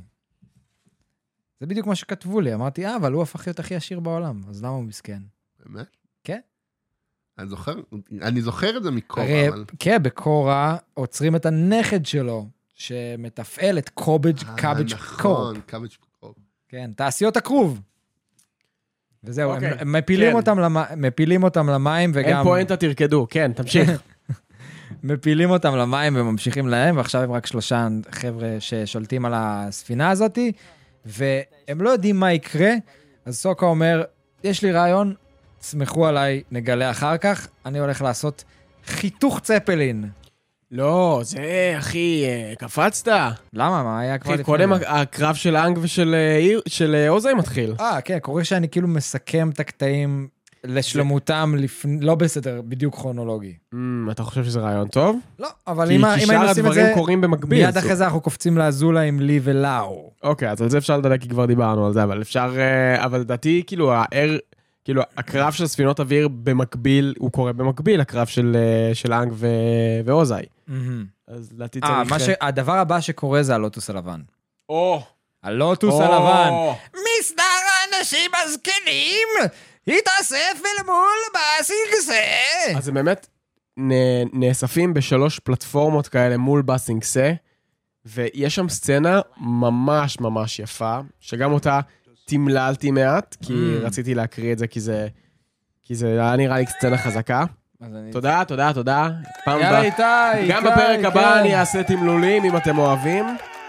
זה בדיוק מה שכתבו לי, אמרתי, אה, אבל הוא הפך להיות הכי עשיר בעולם, אז למה הוא מסכן? באמת? כן. אני זוכר, אני זוכר את זה מקורה, הרי, אבל... כן, בקורה עוצרים את הנכד שלו, שמתפעל את קובג' קאבג' קורפ. נכון, קאבג' קורפ. כן, תעשיות הכרוב. וזהו, הם, אוקיי, הם מפילים, כן. אותם למ... מפילים אותם למים, וגם... אין פואנטה, תרקדו. כן, תמשיך. מפילים אותם למים וממשיכים להם, ועכשיו הם רק שלושה חבר'ה ששולטים על הספינה הזאת, והם לא יודעים מה יקרה, אז סוקה אומר, יש לי רעיון, תסמכו עליי, נגלה אחר כך, אני הולך לעשות חיתוך צפלין. לא, זה, אחי, קפצת. למה? מה היה כבר לפני? קודם הקרב של אנג ושל אוזי מתחיל. אה, כן, קורה שאני כאילו מסכם את הקטעים לשלמותם, לא בסדר, בדיוק כרונולוגי. אתה חושב שזה רעיון טוב? לא, אבל אם היינו עושים את זה, כי שאר הדברים קורים במקביל. מיד אחרי זה אנחנו קופצים לאזולה עם לי ולאו. אוקיי, אז על זה אפשר לדעת, כי כבר דיברנו על זה, אבל אפשר, אבל לדעתי, כאילו, הער, כאילו, הקרב של ספינות אוויר במקביל, הוא קורה במקביל, הקרב של אנג ואוזי. אז לדעתי צריך... הדבר הבא שקורה זה הלוטוס הלבן. או! הלוטוס הלבן. מסדר האנשים הזקנים התאסף אל מול בסינגסה. אז הם באמת נאספים בשלוש פלטפורמות כאלה מול בסינגסה, ויש שם סצנה ממש ממש יפה, שגם אותה תמללתי מעט, כי רציתי להקריא את זה, כי זה, כי זה היה נראה לי סצנה חזקה. תודה, תודה, תודה. יאללה איתי, גם בפרק הבא אני אעשה תמלולים, אם אתם אוהבים.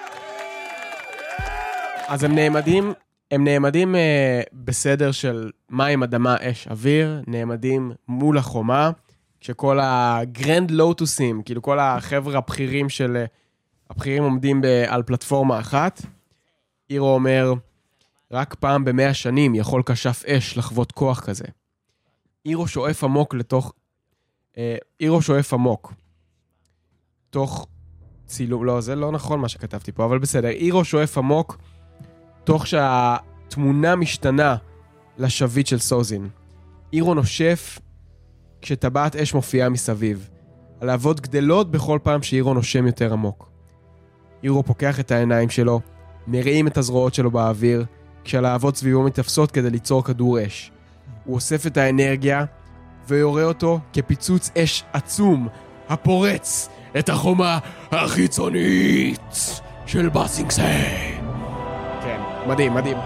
אז הם נעמדים, הם נעמדים אה, בסדר של מים, אדמה, אש, אוויר, נעמדים מול החומה, כשכל הגרנד לוטוסים, כאילו כל החבר'ה הבכירים של, הבכירים עומדים ב, על פלטפורמה אחת. אירו אומר, רק פעם במאה שנים יכול כשף אש לחוות כוח כזה. אירו שואף עמוק לתוך, אה, אירו שואף עמוק, תוך צילום, לא, זה לא נכון מה שכתבתי פה, אבל בסדר, אירו שואף עמוק, תוך שהתמונה משתנה לשביט של סוזין. אירו נושף כשטבעת אש מופיעה מסביב. הלהבות גדלות בכל פעם שאירו נושם יותר עמוק. אירו פוקח את העיניים שלו, מראים את הזרועות שלו באוויר, כשהלהבות סביבו מתאפסות כדי ליצור כדור אש. הוא אוסף את האנרגיה ויורה אותו כפיצוץ אש עצום, הפורץ את החומה החיצונית של בסינגסה. כן, מדהים, מדהים.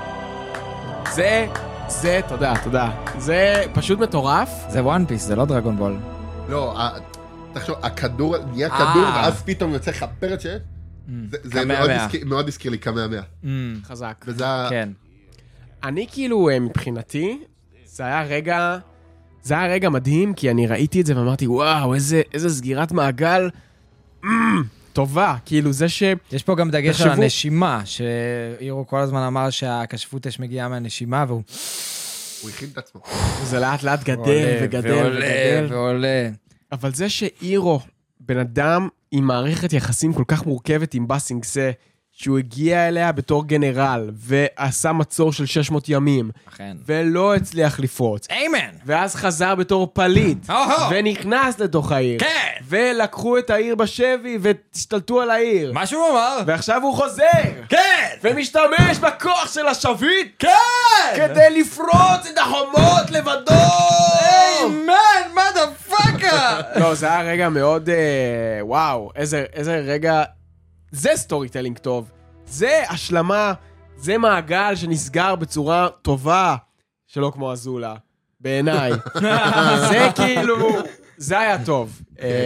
זה, זה, תודה, תודה. זה פשוט מטורף. זה וואן פיס, זה לא דרגון בול. לא, תחשוב, הכדור, נהיה כדור, ואז פתאום יוצא חפרת שיש. זה מאוד הזכיר לי כמה מאה. חזק. כן. אני כאילו, מבחינתי, זה היה רגע, זה היה רגע מדהים, כי אני ראיתי את זה ואמרתי, וואו, איזה סגירת מעגל. טובה, כאילו זה ש... יש פה גם דגש על הנשימה, שאירו כל הזמן אמר שהקשפות אש מגיעה מהנשימה, והוא... הוא הכין את עצמו. זה לאט לאט גדל וגדל וגדל. ועולה. אבל זה שאירו, בן אדם עם מערכת יחסים כל כך מורכבת עם בסינגסה, שהוא הגיע אליה בתור גנרל, ועשה מצור של שש מאות ימים, אכן. ולא הצליח לפרוץ. איימן! ואז חזר בתור פליט, ונכנס לתוך העיר. כן! ולקחו את העיר בשבי, והשתלטו על העיר. מה שהוא אמר? ועכשיו הוא חוזר! כן! ומשתמש בכוח של השביט! כן! כדי לפרוץ את החומות לבדו! איימן, מה דפקה? לא, זה היה רגע מאוד, וואו, איזה רגע... זה סטורי טלינג טוב, זה השלמה, זה מעגל שנסגר בצורה טובה, שלא כמו אזולה, בעיניי. זה כאילו, זה היה טוב.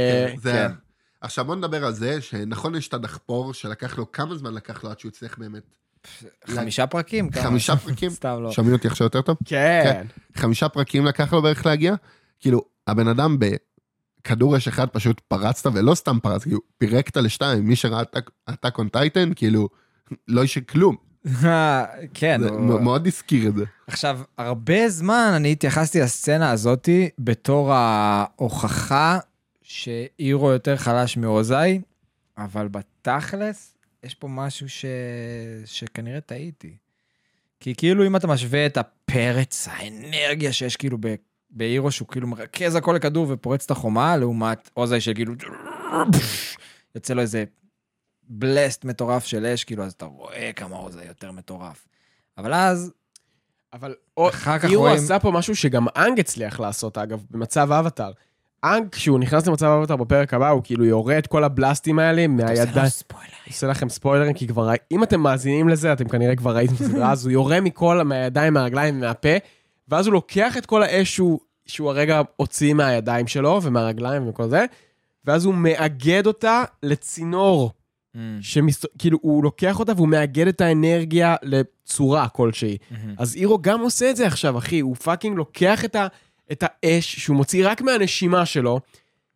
עכשיו בוא נדבר על זה, שנכון יש את הדחפור שלקח לו, כמה זמן לקח לו עד שהוא הצליח באמת? חמישה פרקים. חמישה פרקים? סתם לא. שומעים אותי עכשיו יותר טוב? כן. חמישה פרקים לקח לו בערך להגיע, כאילו, הבן אדם ב... כדור אש אחד פשוט פרצת, ולא סתם פרצת, כאילו, פירקת לשתיים, מי שראה אטאק און טייטן, כאילו, לא יש כלום. כן. מאוד הזכיר את זה. עכשיו, הרבה זמן אני התייחסתי לסצנה הזאת, בתור ההוכחה שאירו יותר חלש מאוזי, אבל בתכלס, יש פה משהו ש... שכנראה טעיתי. כי כאילו, אם אתה משווה את הפרץ, האנרגיה שיש כאילו ב... באירו שהוא כאילו מרכז הכל לכדור ופורץ את החומה, לעומת אוזי שכאילו יוצא לו איזה בלסט מטורף של אש, כאילו אז אתה רואה כמה אוזי יותר מטורף. אבל אז, אבל אירו עשה פה משהו שגם אנג הצליח לעשות, אגב, במצב אבטר. אנג, כשהוא נכנס למצב אבטר בפרק הבא, הוא כאילו יורה את כל הבלסטים האלה מהידיים. עושה לכם ספוילרים, כי כבר, אם אתם מאזינים לזה, אתם כנראה כבר ראיתם את זה, אז הוא יורה מכל, מהידיים, מהרגליים, מהפה, ואז הוא לוקח את כל האש שהוא, שהוא הרגע הוציא מהידיים שלו, ומהרגליים וכל זה, ואז הוא מאגד אותה לצינור, mm. שמס... כאילו הוא לוקח אותה, והוא מאגד את האנרגיה לצורה כלשהי. Mm-hmm. אז אירו גם עושה את זה עכשיו, אחי, הוא פאקינג לוקח את, ה... את האש, שהוא מוציא רק מהנשימה שלו,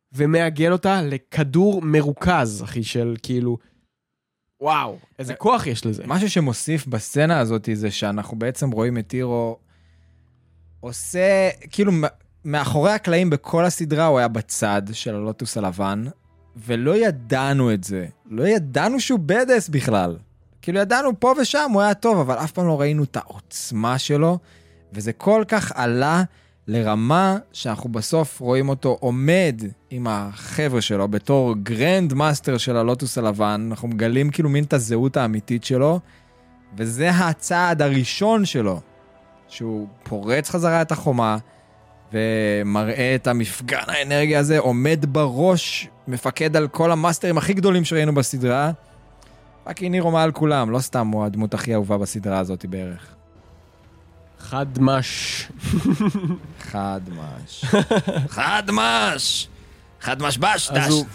ומעגל אותה לכדור מרוכז, אחי, של כאילו, וואו, איזה כוח יש לזה. משהו שמוסיף בסצנה הזאת זה שאנחנו בעצם רואים את הירו עושה, כאילו, מאחורי הקלעים בכל הסדרה הוא היה בצד של הלוטוס הלבן, ולא ידענו את זה. לא ידענו שהוא בדס בכלל. כאילו ידענו פה ושם, הוא היה טוב, אבל אף פעם לא ראינו את העוצמה שלו, וזה כל כך עלה לרמה שאנחנו בסוף רואים אותו עומד עם החבר'ה שלו, בתור גרנד מאסטר של הלוטוס הלבן, אנחנו מגלים כאילו מין את הזהות האמיתית שלו, וזה הצעד הראשון שלו, שהוא פורץ חזרה את החומה, ומראה את המפגן האנרגיה הזה, עומד בראש, מפקד על כל המאסטרים הכי גדולים שראינו בסדרה, רק נירו מעל כולם, לא סתם הוא הדמות הכי אהובה בסדרה הזאת בערך. חד מש. חד מש. חד מש! חד מש בש! אז הוא...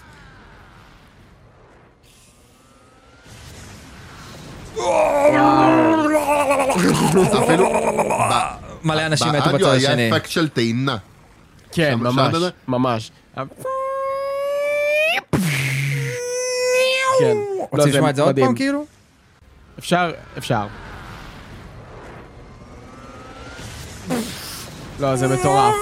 אפילו... מלא אנשים מתו בצד באדיו השני. היה אפקט של טעינה. כן, שם- ממש, שם זה? ממש. כן. רוצים לשמוע את זה עוד מדהים. פעם כאילו? אפשר, אפשר. לא, זה מטורף.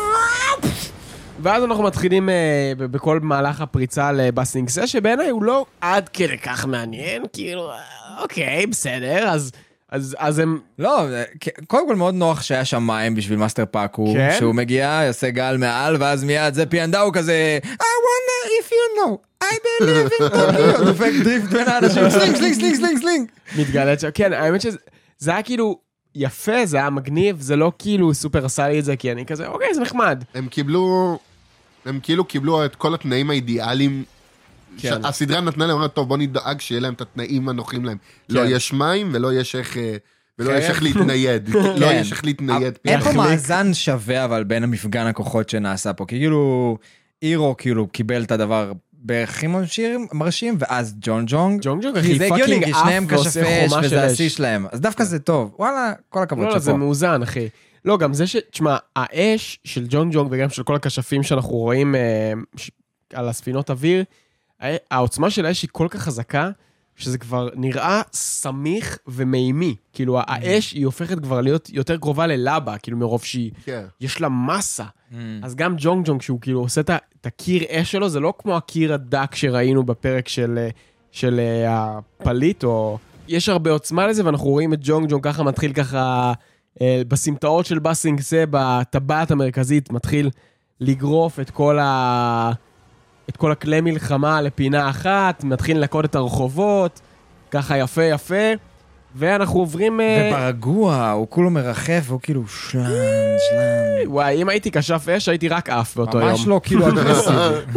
ואז אנחנו מתחילים אה, ב- בכל מהלך הפריצה לבאסינג סה, שבעיניי הוא לא עד כדי כך מעניין, כאילו, אה, אוקיי, בסדר, אז, אז, אז הם... לא, קודם כל מאוד נוח שהיה שם מים בשביל מאסטר פאקו, כן? שהוא מגיע, יעשה גל מעל, ואז מיד זה פיאנדה הוא כזה, I wonder if you know, I believe in Tokyo, דופק דריפט בין האנשים, סלינג, סלינג, סלינג, סלינג, סלינג. מתגלת שם, כן, האמת שזה זה היה כאילו יפה, זה היה מגניב, זה לא כאילו סופר עשה לי את זה, כי אני כזה, אוקיי, זה נחמד. הם קיבלו, הם כאילו קיבלו את כל התנאים האידיאליים, כן. הסדרה נתנה להם, טוב בוא נדאג שיהיה להם את התנאים הנוחים להם. לא יש מים ולא יש איך, אה, ולא יש איך להתנייד, לא כן. יש איך להתנייד. אין פה להחליק. מאזן שווה אבל בין המפגן הכוחות שנעשה פה, כי כאילו אירו כאילו קיבל את הדבר בערך הכי מרשים, מרשים, ואז ג'ון ג'ונג, ג'ונג ג'ונג, כי אחי, זה הגיוני, פאקינג כי עף שניהם ועושה כשפי אש חומה של וזה אש. השיא שלהם, אז דווקא זה טוב, וואלה, כל הכבוד לא, לא, זה שפה. מאוזן, אחי. לא, גם זה ש... תשמע, האש של ג'ונג ג'ונג וגם של כל הכשפים שאנחנו רואים אה, ש... על הספינות אוויר, הא- העוצמה של האש היא כל כך חזקה, שזה כבר נראה סמיך ומימי. כאילו, האש היא הופכת כבר להיות יותר קרובה ללבה, כאילו מרוב שהיא... כן. יש לה מסה. Mm. אז גם ג'ונג ג'ונג, שהוא כאילו עושה את ה- את הקיר אש שלו, זה לא כמו הקיר הדק שראינו בפרק של, אה, של אה, הפליט, או... יש הרבה עוצמה לזה, ואנחנו רואים את ג'ונג ג'ונג ככה מתחיל ככה, אה, בסמטאות של באסינג סה, בטבעת המרכזית, מתחיל לגרוף את כל ה... את כל הכלי מלחמה לפינה אחת, מתחיל לנקות את הרחובות, ככה יפה יפה, ואנחנו עוברים... אה, וברגוע, הוא כולו מרחף, והוא כאילו שלן, שלן. וואי, אם הייתי כשף אש, הייתי רק אף באותו יום. ממש לא כאילו אגרסיבי.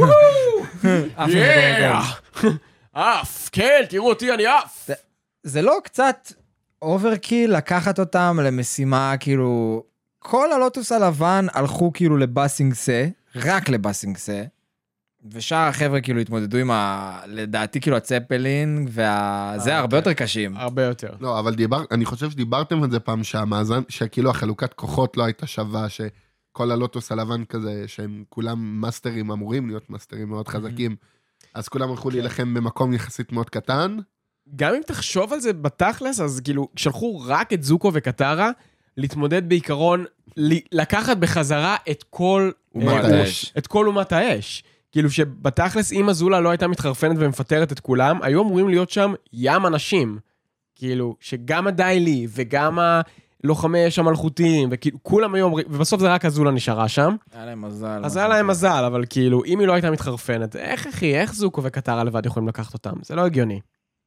אף אחד לא אף, כן, תראו אותי, אני אף. זה לא קצת אוברקיל לקחת אותם למשימה, כאילו, כל הלוטוס הלבן הלכו כאילו לבאסינג סה, רק לבאסינג סה, ושאר החבר'ה כאילו התמודדו עם ה... לדעתי כאילו הצפלין, וזה הרבה יותר קשים. הרבה יותר. לא, אבל דיבר, אני חושב שדיברתם על זה פעם שהמאזן, שכאילו החלוקת כוחות לא הייתה שווה, שכל הלוטוס הלבן כזה, שהם כולם מאסטרים, אמורים להיות מאסטרים מאוד חזקים, אז כולם הלכו להילחם במקום יחסית מאוד קטן. גם אם תחשוב על זה בתכלס, אז כאילו, שלחו רק את זוקו וקטרה, להתמודד בעיקרון, ל- לקחת בחזרה את כל... אומת אה, האש. את כל אומת האש. כאילו שבתכלס, אם הזולה לא הייתה מתחרפנת ומפטרת את כולם, היו אמורים להיות שם ים אנשים. כאילו, שגם הדיילי וגם הלוחמי אש המלכותיים, וכאילו, כולם היו אומרים, ובסוף זה רק הזולה נשארה שם. היה להם מזל. אז היה להם מזל, אבל כאילו, אם היא לא הייתה מתחרפנת, איך אחי, איך זוקו וקטרה לבד יכולים לקחת אותם? זה לא הגיוני.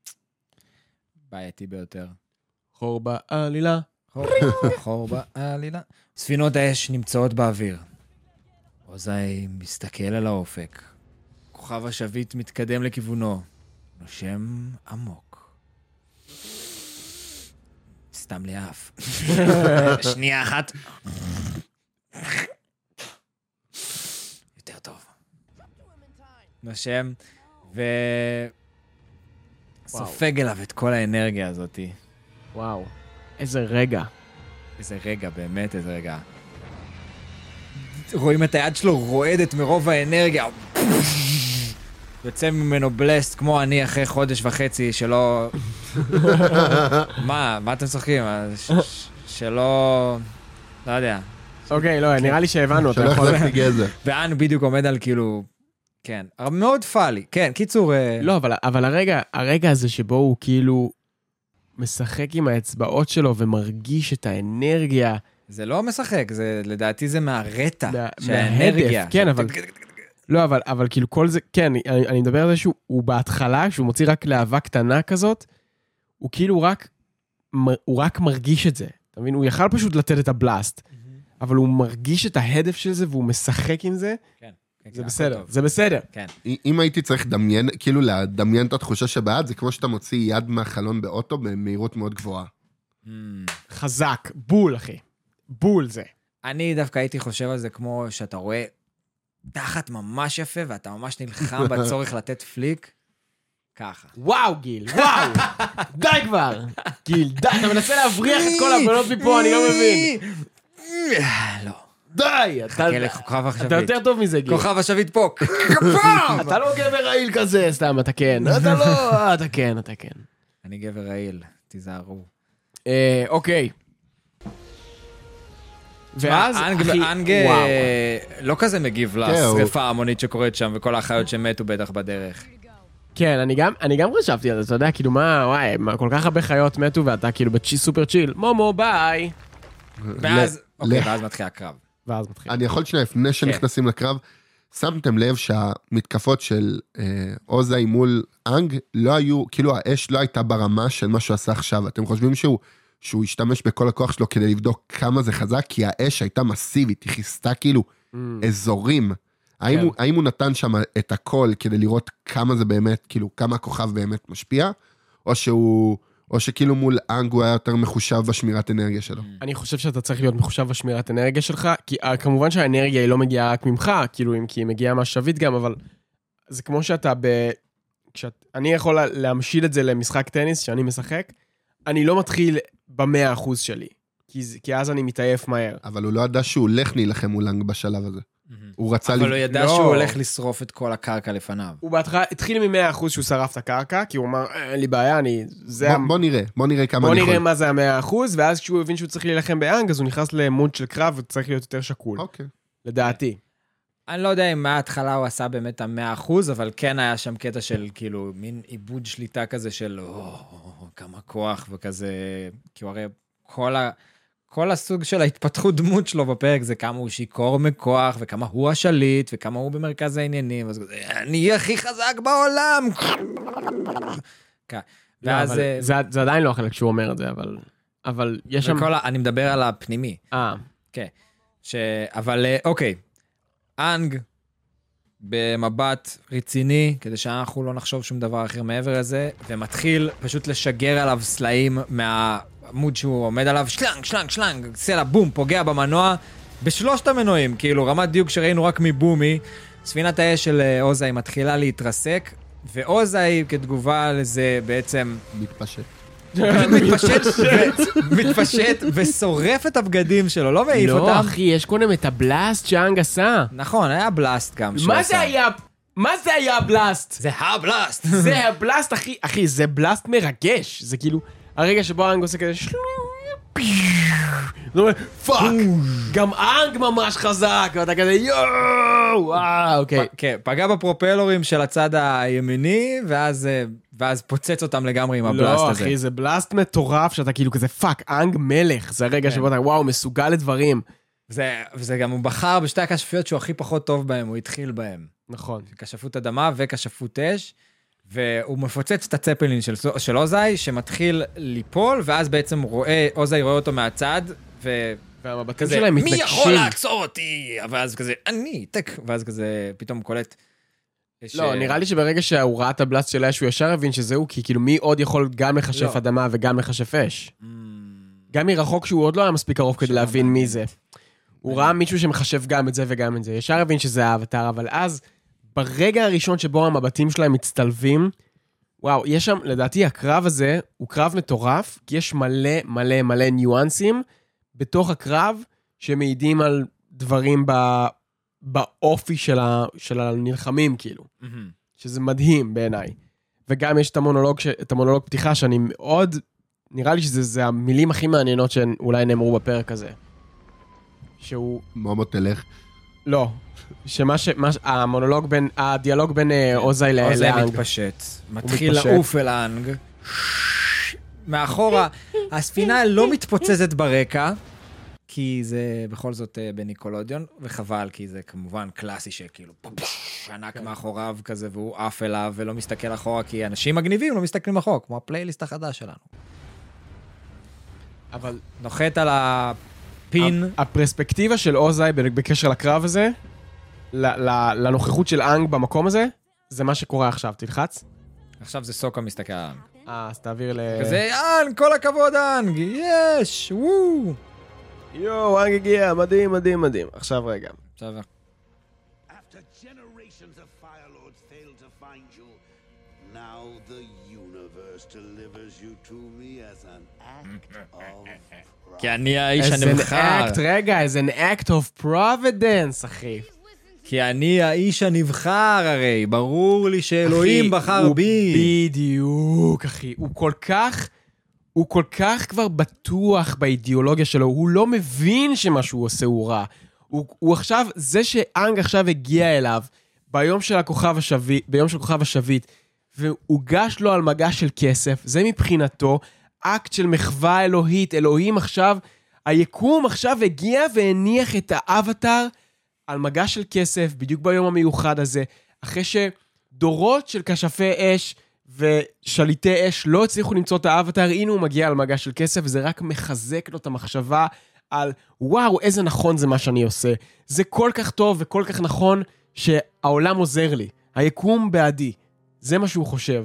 בעייתי ביותר. חור בעלילה. חור בעלילה. ספינות האש נמצאות באוויר. עוזאי מסתכל על האופק. כוכב השביט מתקדם לכיוונו. נושם עמוק. סתם לאף. שנייה אחת. יותר טוב. נושם, ו... סופג אליו את כל האנרגיה הזאת. וואו, איזה רגע. איזה רגע, באמת איזה רגע. רואים את היד שלו רועדת מרוב האנרגיה. יוצא ממנו בלסט כמו אני אחרי חודש וחצי שלא... מה? מה אתם צוחקים? ש- ש- שלא... לא יודע. אוקיי, לא, נראה לי שהבנו, אתה שלא יכול... החלפתי גזר. ואן בדיוק עומד על כאילו... כן, מאוד פאלי. כן, קיצור... אה, לא, אבל, אבל הרגע, הרגע הזה שבו הוא כאילו משחק עם האצבעות שלו ומרגיש את האנרגיה. זה לא משחק, זה, לדעתי זה מהרטע, מה- שהאנרגיה. מההדף, כן, אבל... לא, אבל, אבל כאילו כל זה, כן, אני, אני מדבר על זה שהוא הוא בהתחלה, שהוא מוציא רק להבה קטנה כזאת, הוא כאילו רק, מ- הוא רק מרגיש את זה. אתה מבין? הוא יכל פשוט לתת את הבלאסט, אבל הוא מרגיש את ההדף של זה, והוא משחק עם זה, כן, כן, זה כן, בסדר, הכל טוב. זה בסדר. כן. אם הייתי צריך לדמיין, כאילו לדמיין את התחושה שבעד, זה כמו שאתה מוציא יד מהחלון באוטו במהירות מאוד גבוהה. Hmm. חזק, בול, אחי. בול זה. אני דווקא הייתי חושב על זה כמו שאתה רואה תחת ממש יפה, ואתה ממש נלחם בצורך לתת פליק, ככה. וואו, גיל, וואו. די כבר. גיל, די, אתה מנסה להבריח את כל הבנות מפה, אני לא מבין. לא. די, אתה... חכה לכוכב אתה השביט. יותר טוב מזה, גיל. כוכב השביט פה. כפם! אתה לא גבר רעיל כזה, סתם, אתה כן. אתה לא, אתה כן, אתה כן. אני גבר רעיל, תיזהרו. אה, אוקיי. ואז, אנג, אחי, אנג וואו. לא כזה מגיב לשריפה ההמונית שקורית שם, וכל האחיות שמתו בטח בדרך. כן, אני גם, אני גם חשבתי על זה, אתה יודע, כאילו מה, וואי, מה, כל כך הרבה חיות מתו, ואתה כאילו בצ'י סופר צ'יל, מומו, ביי. ואז, ל- אוקיי, ל- ואז מתחיל הקרב. ואז מתחיל. אני יכול שנייה, לפני שנכנסים לקרב, שמתם לב שהמתקפות של אה, אוזאי מול אנג לא היו, כאילו האש לא הייתה ברמה של מה שהוא עשה עכשיו. אתם חושבים שהוא, שהוא השתמש בכל הכוח שלו כדי לבדוק כמה זה חזק? כי האש הייתה מסיבית, היא חיסתה כאילו אזורים. האם, כן. הוא, האם הוא נתן שם את הכל כדי לראות כמה זה באמת, כאילו כמה הכוכב באמת משפיע? או שהוא... או שכאילו מול אנג הוא היה יותר מחושב בשמירת אנרגיה שלו. אני חושב שאתה צריך להיות מחושב בשמירת אנרגיה שלך, כי uh, כמובן שהאנרגיה היא לא מגיעה רק ממך, כאילו אם כי היא מגיעה מהשביט גם, אבל זה כמו שאתה ב... כשאת... אני יכול להמשיל את זה למשחק טניס שאני משחק, אני לא מתחיל במאה אחוז שלי, כי, זה- כי אז אני מתעייף מהר. אבל הוא לא ידע שהוא הולך להילחם מול אנג בשלב הזה. הוא רצה... אבל ל- הוא ידע לא. שהוא הולך לשרוף את כל הקרקע לפניו. הוא בהתחלה התחיל מ-מאה אחוז שהוא שרף את הקרקע, כי הוא אמר, "אה, אין לי בעיה, אני... זה... בוא, המ- בוא נראה, בוא נראה כמה בוא אני נראה יכול. מה זה ה-מאה אחוז, ואז כשהוא הבין שהוא צריך להילחם באנג, אז הוא נכנס למוד של קרב, וצריך להיות יותר שקול, אוקיי. לדעתי. אני לא יודע אם מההתחלה הוא עשה באמת המאה אחוז, אבל כן היה שם קטע של כאילו מין עיבוד שליטה כזה של או, כמה כוח וכזה, כי הוא הרי כל, ה, כל הסוג של ההתפתחות דמות שלו בפרק זה כמה הוא שיקור מכוח, וכמה הוא השליט, וכמה הוא במרכז העניינים, אז אני אהיה הכי חזק בעולם. כן. לא, ואז... אבל אה, זה, זה עדיין לא החלק שהוא אומר את זה, אבל, אבל יש שם... וכל ה, אני מדבר על הפנימי. אה, כן. ש... אבל אה, אוקיי, אנג במבט רציני, כדי שאנחנו לא נחשוב שום דבר אחר מעבר לזה, ומתחיל פשוט לשגר עליו סלעים מהעמוד שהוא עומד עליו, שלנג, שלנג, שלנג, סלע, בום, פוגע במנוע, בשלושת המנועים, כאילו רמת דיוק שראינו רק מבומי, ספינת האש של אה, אוזאי מתחילה להתרסק, ואוזאי כתגובה לזה בעצם מתפשט. הוא פשוט מתפשט, ו- מתפשט ושורף את הבגדים שלו, לא מעיף לא, אותם. אחי, יש קודם את הבלאסט שאנג עשה. נכון, היה בלאסט גם. שהוא מה עשה. זה היה? מה זה היה הבלאסט? זה הבלאסט. זה הבלאסט, אחי, אחי, זה בלאסט מרגש. זה כאילו, הרגע שבו אנג עושה כזה... זה אומר, פאק, גם אנג ממש חזק, ואתה כזה יואו, אה, אוקיי. כן, פגע בפרופלורים של הצד הימיני, ואז, אה, ואז פוצץ אותם לגמרי עם הבלאסט לא, הזה. אחי, זה בלאסט מטורף, שאתה כאילו כזה, פאק, אנג מלך. זה הרגע שבו אתה, וואו, מסוגל לדברים. זה, וזה גם הוא בחר בשתי הכשפיות שהוא הכי פחות טוב בהם, הוא התחיל בהם. נכון. כשפות אדמה וכשפות אש, והוא מפוצץ את הצפלין של, של אוזאי, שמתחיל ליפול, ואז בעצם רואה, אוזאי רואה אותו מהצד, ו... והמבטים כזה, שלהם מי מתנגשים. יכול לעצור אותי? ואז כזה, אני, טק, ואז כזה, פתאום קולט. לא, נראה לי שברגע שהוא ראה את הבלאסט של אש, הוא ישר הבין שזהו, כי כאילו מי עוד יכול גם לחשף לא. אדמה וגם לחשף אש? גם מרחוק שהוא עוד לא היה מספיק קרוב כדי להבין מי זה. הוא ראה מישהו שמחשב גם את זה וגם את זה. ישר הבין שזה האבטר, אבל אז, ברגע הראשון שבו המבטים שלהם מצטלבים, וואו, יש שם, לדעתי הקרב הזה הוא קרב מטורף, כי יש מלא מלא מלא ניואנסים בתוך הקרב שמעידים על דברים ב... באופי של, ה, של הנלחמים, כאילו. שזה מדהים בעיניי. וגם יש את המונולוג, ש, את המונולוג פתיחה, שאני מאוד, נראה לי שזה זה המילים הכי מעניינות שאולי נאמרו בפרק הזה. שהוא... מומו תלך. לא. שמה ש... מה, המונולוג בין, הדיאלוג בין אוזאי לאנג. אוזאי מתפשט. מתחיל לעוף אל האנג. מאחורה, הספינה לא מתפוצצת ברקע, כי זה בכל זאת בניקולודיון, וחבל, כי זה כמובן קלאסי שכאילו ענק מאחוריו כזה, והוא עף אליו ולא מסתכל אחורה, כי אנשים מגניבים לא מסתכלים אחורה, כמו הפלייליסט החדש שלנו. אבל נוחת על הפין. הפרספקטיבה של אוזאי בקשר לקרב הזה, לנוכחות של אנג במקום הזה, זה מה שקורה עכשיו. תלחץ? עכשיו זה סוקה מסתכל על אנג. אה, אז תעביר ל... כזה, אנג, כל הכבוד אנג, יש, וואו. יואו, אנג הגיע, מדהים, מדהים, מדהים. עכשיו רגע. עכשיו... After generations of firelords failed to find you, now the universe delivers you to me as an act of... כי אני האיש הנבחר. as an act, רגע, as an act of providence, אחי. כי אני האיש הנבחר הרי, ברור לי שאלוהים בחר בי. בדיוק, אחי. הוא כל כך, הוא כל כך כבר בטוח באידיאולוגיה שלו, הוא לא מבין שמה שהוא עושה הוא רע. הוא, הוא עכשיו, זה שאנג עכשיו הגיע אליו, ביום של הכוכב השביט, ביום של כוכב השביט, והוגש לו על מגע של כסף, זה מבחינתו אקט של מחווה אלוהית. אלוהים עכשיו, היקום עכשיו הגיע והניח את האבטר על מגע של כסף, בדיוק ביום המיוחד הזה, אחרי שדורות של כשפי אש ושליטי אש לא הצליחו למצוא את האבטר, הנה הוא מגיע על מגע של כסף, וזה רק מחזק לו את המחשבה על, וואו, איזה נכון זה מה שאני עושה. זה כל כך טוב וכל כך נכון שהעולם עוזר לי. היקום בעדי. זה מה שהוא חושב.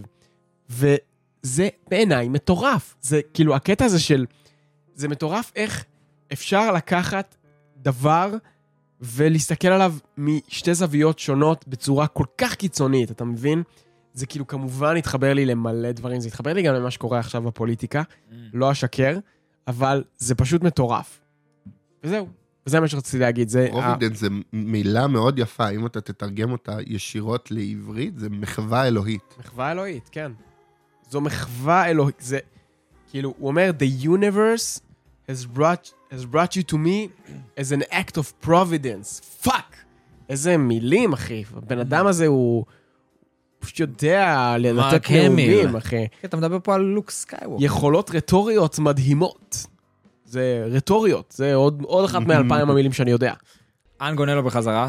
וזה בעיניי מטורף. זה כאילו, הקטע הזה של, זה מטורף איך אפשר לקחת דבר ולהסתכל עליו משתי זוויות שונות בצורה כל כך קיצונית, אתה מבין? זה כאילו כמובן התחבר לי למלא דברים, זה התחבר לי גם למה שקורה עכשיו בפוליטיקה, mm. לא אשקר, אבל זה פשוט מטורף. וזהו, וזה מה שרציתי להגיד. פרובידנס זה מילה מאוד יפה, אם אתה תתרגם אותה ישירות לעברית, זה מחווה אלוהית. מחווה אלוהית, כן. זו מחווה אלוהית, זה כאילו, הוא אומר, the universe has brought, has brought you to me as an act of providence. פאק! איזה מילים, אחי. הבן אדם הזה הוא פשוט יודע לתת נאומים, אחי. אתה מדבר פה על לוק סקייווקר. יכולות רטוריות מדהימות. זה רטוריות. זה עוד, עוד אחת מאלפיים המילים שאני יודע. אנג עונה לו בחזרה.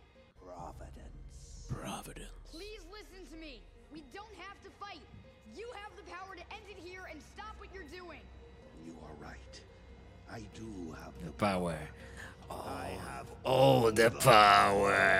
Power. I have all the power.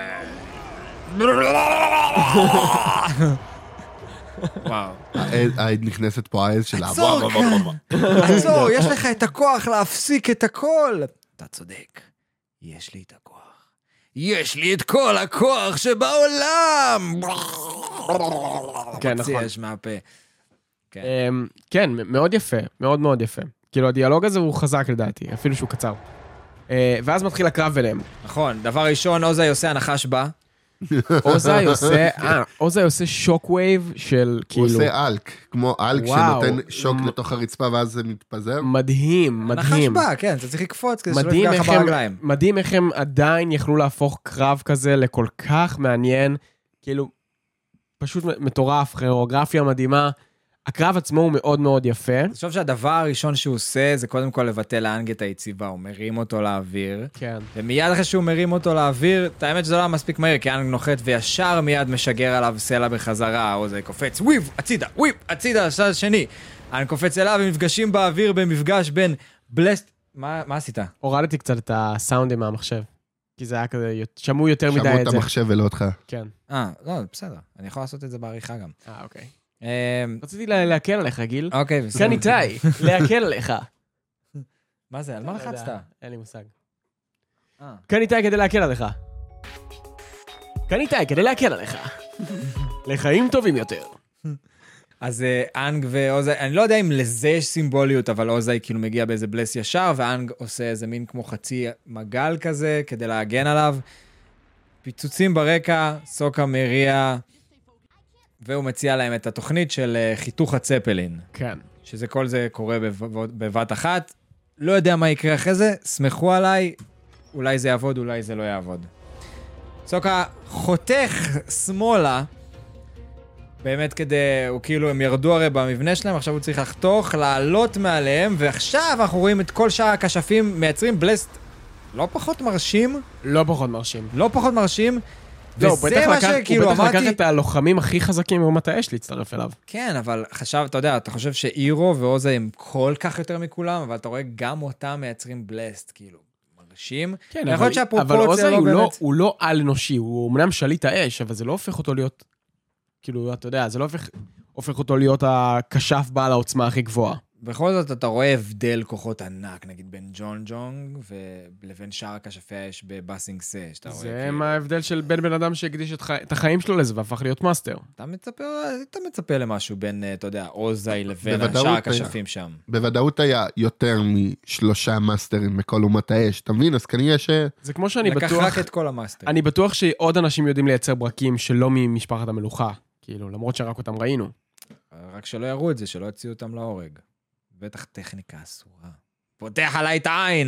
וואו. העד נכנסת פה העז שלה. עצור כאן. עצור, יש לך את הכוח להפסיק את הכל. אתה צודק. יש לי את הכוח. יש לי את כל הכוח שבעולם. כן, נכון. יש מהפה. כן, מאוד יפה. מאוד מאוד יפה. כאילו הדיאלוג הזה הוא חזק לדעתי, אפילו שהוא קצר. ואז מתחיל הקרב אליהם. נכון, דבר ראשון, אוזאי עושה הנחש בה. אוזאי עושה, אה, אוזאי עושה שוק ווייב של כאילו... הוא עושה אלק, כמו אלק שנותן שוק לתוך הרצפה ואז זה מתפזר. מדהים, מדהים. הנחש בה, כן, אתה צריך לקפוץ כדי שלא יפגע לך ברגליים. מדהים איך הם עדיין יכלו להפוך קרב כזה לכל כך מעניין, כאילו, פשוט מטורף, כוריאוגרפיה מדהימה. הקרב עצמו הוא מאוד מאוד יפה. אני חושב שהדבר הראשון שהוא עושה, זה קודם כל לבטל לאנג את היציבה, הוא מרים אותו לאוויר. כן. ומיד אחרי שהוא מרים אותו לאוויר, את האמת שזה לא מספיק מהיר, כי אנג נוחת וישר מיד משגר עליו סלע בחזרה, או זה קופץ, וויב, הצידה, וויב, הצידה, השלב השני. אנג קופץ אליו ומפגשים באוויר במפגש בין בלסט... מה, מה עשית? הורדתי קצת את הסאונדים מהמחשב. כי זה היה כזה, שמעו יותר מדי את זה. שמעו את המחשב ולא אותך. כן. אה, לא, בסדר. אני יכול לעשות את זה בעריכה גם. אה, אוקיי. רציתי להקל עליך, גיל. אוקיי, בסדר. כאן איתי, להקל עליך. מה זה? על מה לחצת? אין לי מושג. כאן איתי כדי להקל עליך. כאן איתי כדי להקל עליך. לחיים טובים יותר. אז אנג ואוזאי, אני לא יודע אם לזה יש סימבוליות, אבל אוזאי כאילו מגיע באיזה בלס ישר, ואנג עושה איזה מין כמו חצי מגל כזה, כדי להגן עליו. פיצוצים ברקע, סוקה מריע, והוא מציע להם את התוכנית של אה, חיתוך הצפלין. כן. שזה כל זה קורה בב- בבת אחת. לא יודע מה יקרה אחרי זה, סמכו עליי, אולי זה יעבוד, אולי זה לא יעבוד. סוקה חותך שמאלה, באמת כדי, הוא כאילו, הם ירדו הרי במבנה שלהם, עכשיו הוא צריך לחתוך, לעלות מעליהם, ועכשיו אנחנו רואים את כל שאר הכשפים מייצרים בלסט לא פחות מרשים, לא פחות מרשים. לא פחות מרשים, לא, וזה מה שכאילו הוא בטח לקח אמרתי... את הלוחמים הכי חזקים מאומת האש להצטרף אליו. כן, אבל חשב, אתה יודע, אתה חושב שאירו ועוזה הם כל כך יותר מכולם, אבל אתה רואה גם אותם מייצרים בלסט, כאילו, מרשים. כן, יכול להיות אבל, אבל שהפרופורציה עוזי לא הוא, באמת... לא, הוא לא על אנושי, הוא אמנם שליט האש, אבל זה לא הופך אותו להיות, כאילו, אתה יודע, זה לא הופך, הופך אותו להיות הכשף בעל העוצמה הכי גבוהה. בכל זאת אתה רואה הבדל כוחות ענק, נגיד בין ג'ון ג'ונג לבין שאר הכשפי האש בבאסינג סה, שאתה רואה זה כאילו... מה ההבדל של בין בן אדם שהקדיש את, חי... את החיים שלו לזה והפך להיות מאסטר. אתה מצפה, אתה מצפה למשהו בין, אתה יודע, עוזי לבין בוודאות שאר היה. הכשפים שם. בוודאות היה יותר משלושה מאסטרים מכל אומת האש, אתה מבין? אז כנראה ש... זה כמו שאני לקח בטוח... רק את כל המאסטר. אני בטוח שעוד אנשים יודעים לייצר ברקים שלא ממשפחת המלוכה, כאילו, למרות שרק אותם ראינו. רק שלא יראו את זה, שלא יוציאו אותם להורג. בטח טכניקה אסורה. פותח עליי את העין.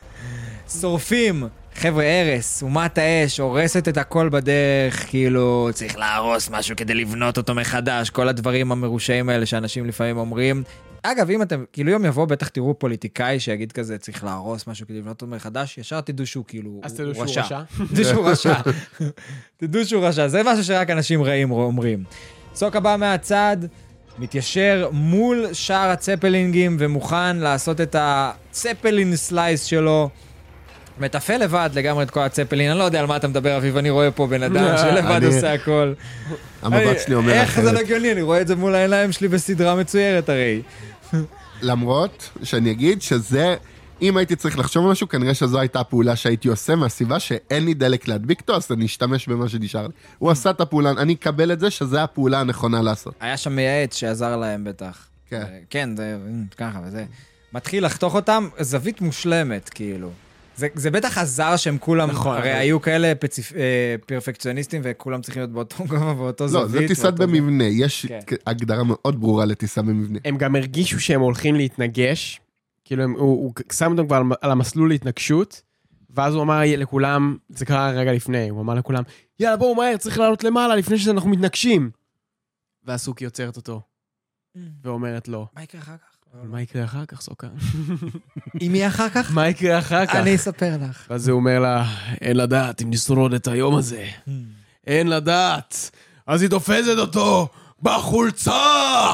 שורפים, חבר'ה, הרס, אומת האש, הורסת את הכל בדרך, כאילו, צריך להרוס משהו כדי לבנות אותו מחדש, כל הדברים המרושעים האלה שאנשים לפעמים אומרים. אגב, אם אתם, כאילו יום יבוא, בטח תראו פוליטיקאי שיגיד כזה, צריך להרוס משהו כדי לבנות אותו מחדש, ישר תדעו שהוא כאילו, אז תדעו שהוא רשע. תדעו שהוא רשע. תדעו שהוא רשע, זה משהו שרק אנשים רעים אומרים. סוקה בא מהצד, מתיישר מול שאר הצפלינגים ומוכן לעשות את הצפלין סלייס שלו. מטפל לבד לגמרי את כל הצפלין. אני לא יודע על מה אתה מדבר, אביב, אני רואה פה בן אדם שלבד אני- עושה הכל. המבט שלי אומר איך זה לא אחרת. הגיוני? אני רואה את זה מול העיניים שלי בסדרה מצוירת הרי. למרות שאני אגיד שזה, אם הייתי צריך לחשוב על משהו, כנראה שזו הייתה הפעולה שהייתי עושה, מהסיבה שאין לי דלק להדביק אותו, אז אני אשתמש במה שנשאר לי. הוא עשה את הפעולה, אני אקבל את זה שזה הפעולה הנכונה לעשות. היה שם מייעץ שעזר להם בטח. כן. כן, זה ככה וזה. מתחיל לחתוך אותם, זווית מושלמת, כאילו. זה, זה בטח עזר שהם כולם, נכון, הרי אבל- היו כאלה פציפ, אה, פרפקציוניסטים וכולם צריכים להיות באותו גובה, באותו לא, זווית. זה טיסת באותו זה. במבנה, יש כן. הגדרה מאוד ברורה לטיסה במבנה. הם גם הרגישו שהם הולכים להתנגש, כאילו הם, הוא, הוא שם אותם כבר על, על המסלול להתנגשות, ואז הוא אמר לכולם, זה קרה רגע לפני, הוא אמר לכולם, יאללה בואו מהר, צריך לעלות למעלה לפני שאנחנו מתנגשים. ואז סוקי יוצרת אותו, ואומרת לו, מה יקרה אחר כך? מה יקרה אחר כך, סוקה? אם יהיה אחר כך? מה יקרה אחר כך? אני אספר לך. ואז הוא אומר לה, אין לדעת אם נשרוד את היום הזה. אין לדעת. אז היא תופסת אותו בחולצה,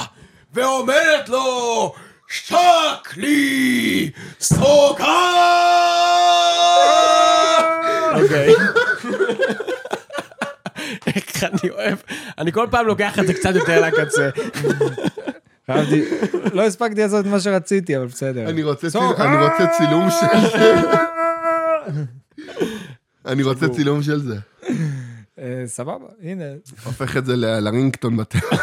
ואומרת לו, שק לי סוקה! אוקיי. איך אני אוהב. אני כל פעם לוקח את זה קצת יותר לקצה. חייבתי, לא הספקתי לעשות את מה שרציתי, אבל בסדר. אני רוצה סוקה! ציל- אני רוצה צילום של זה. אני רוצה צילום של זה. אה, סבבה, הנה. הופך את זה ל- לרינגטון בטלפון.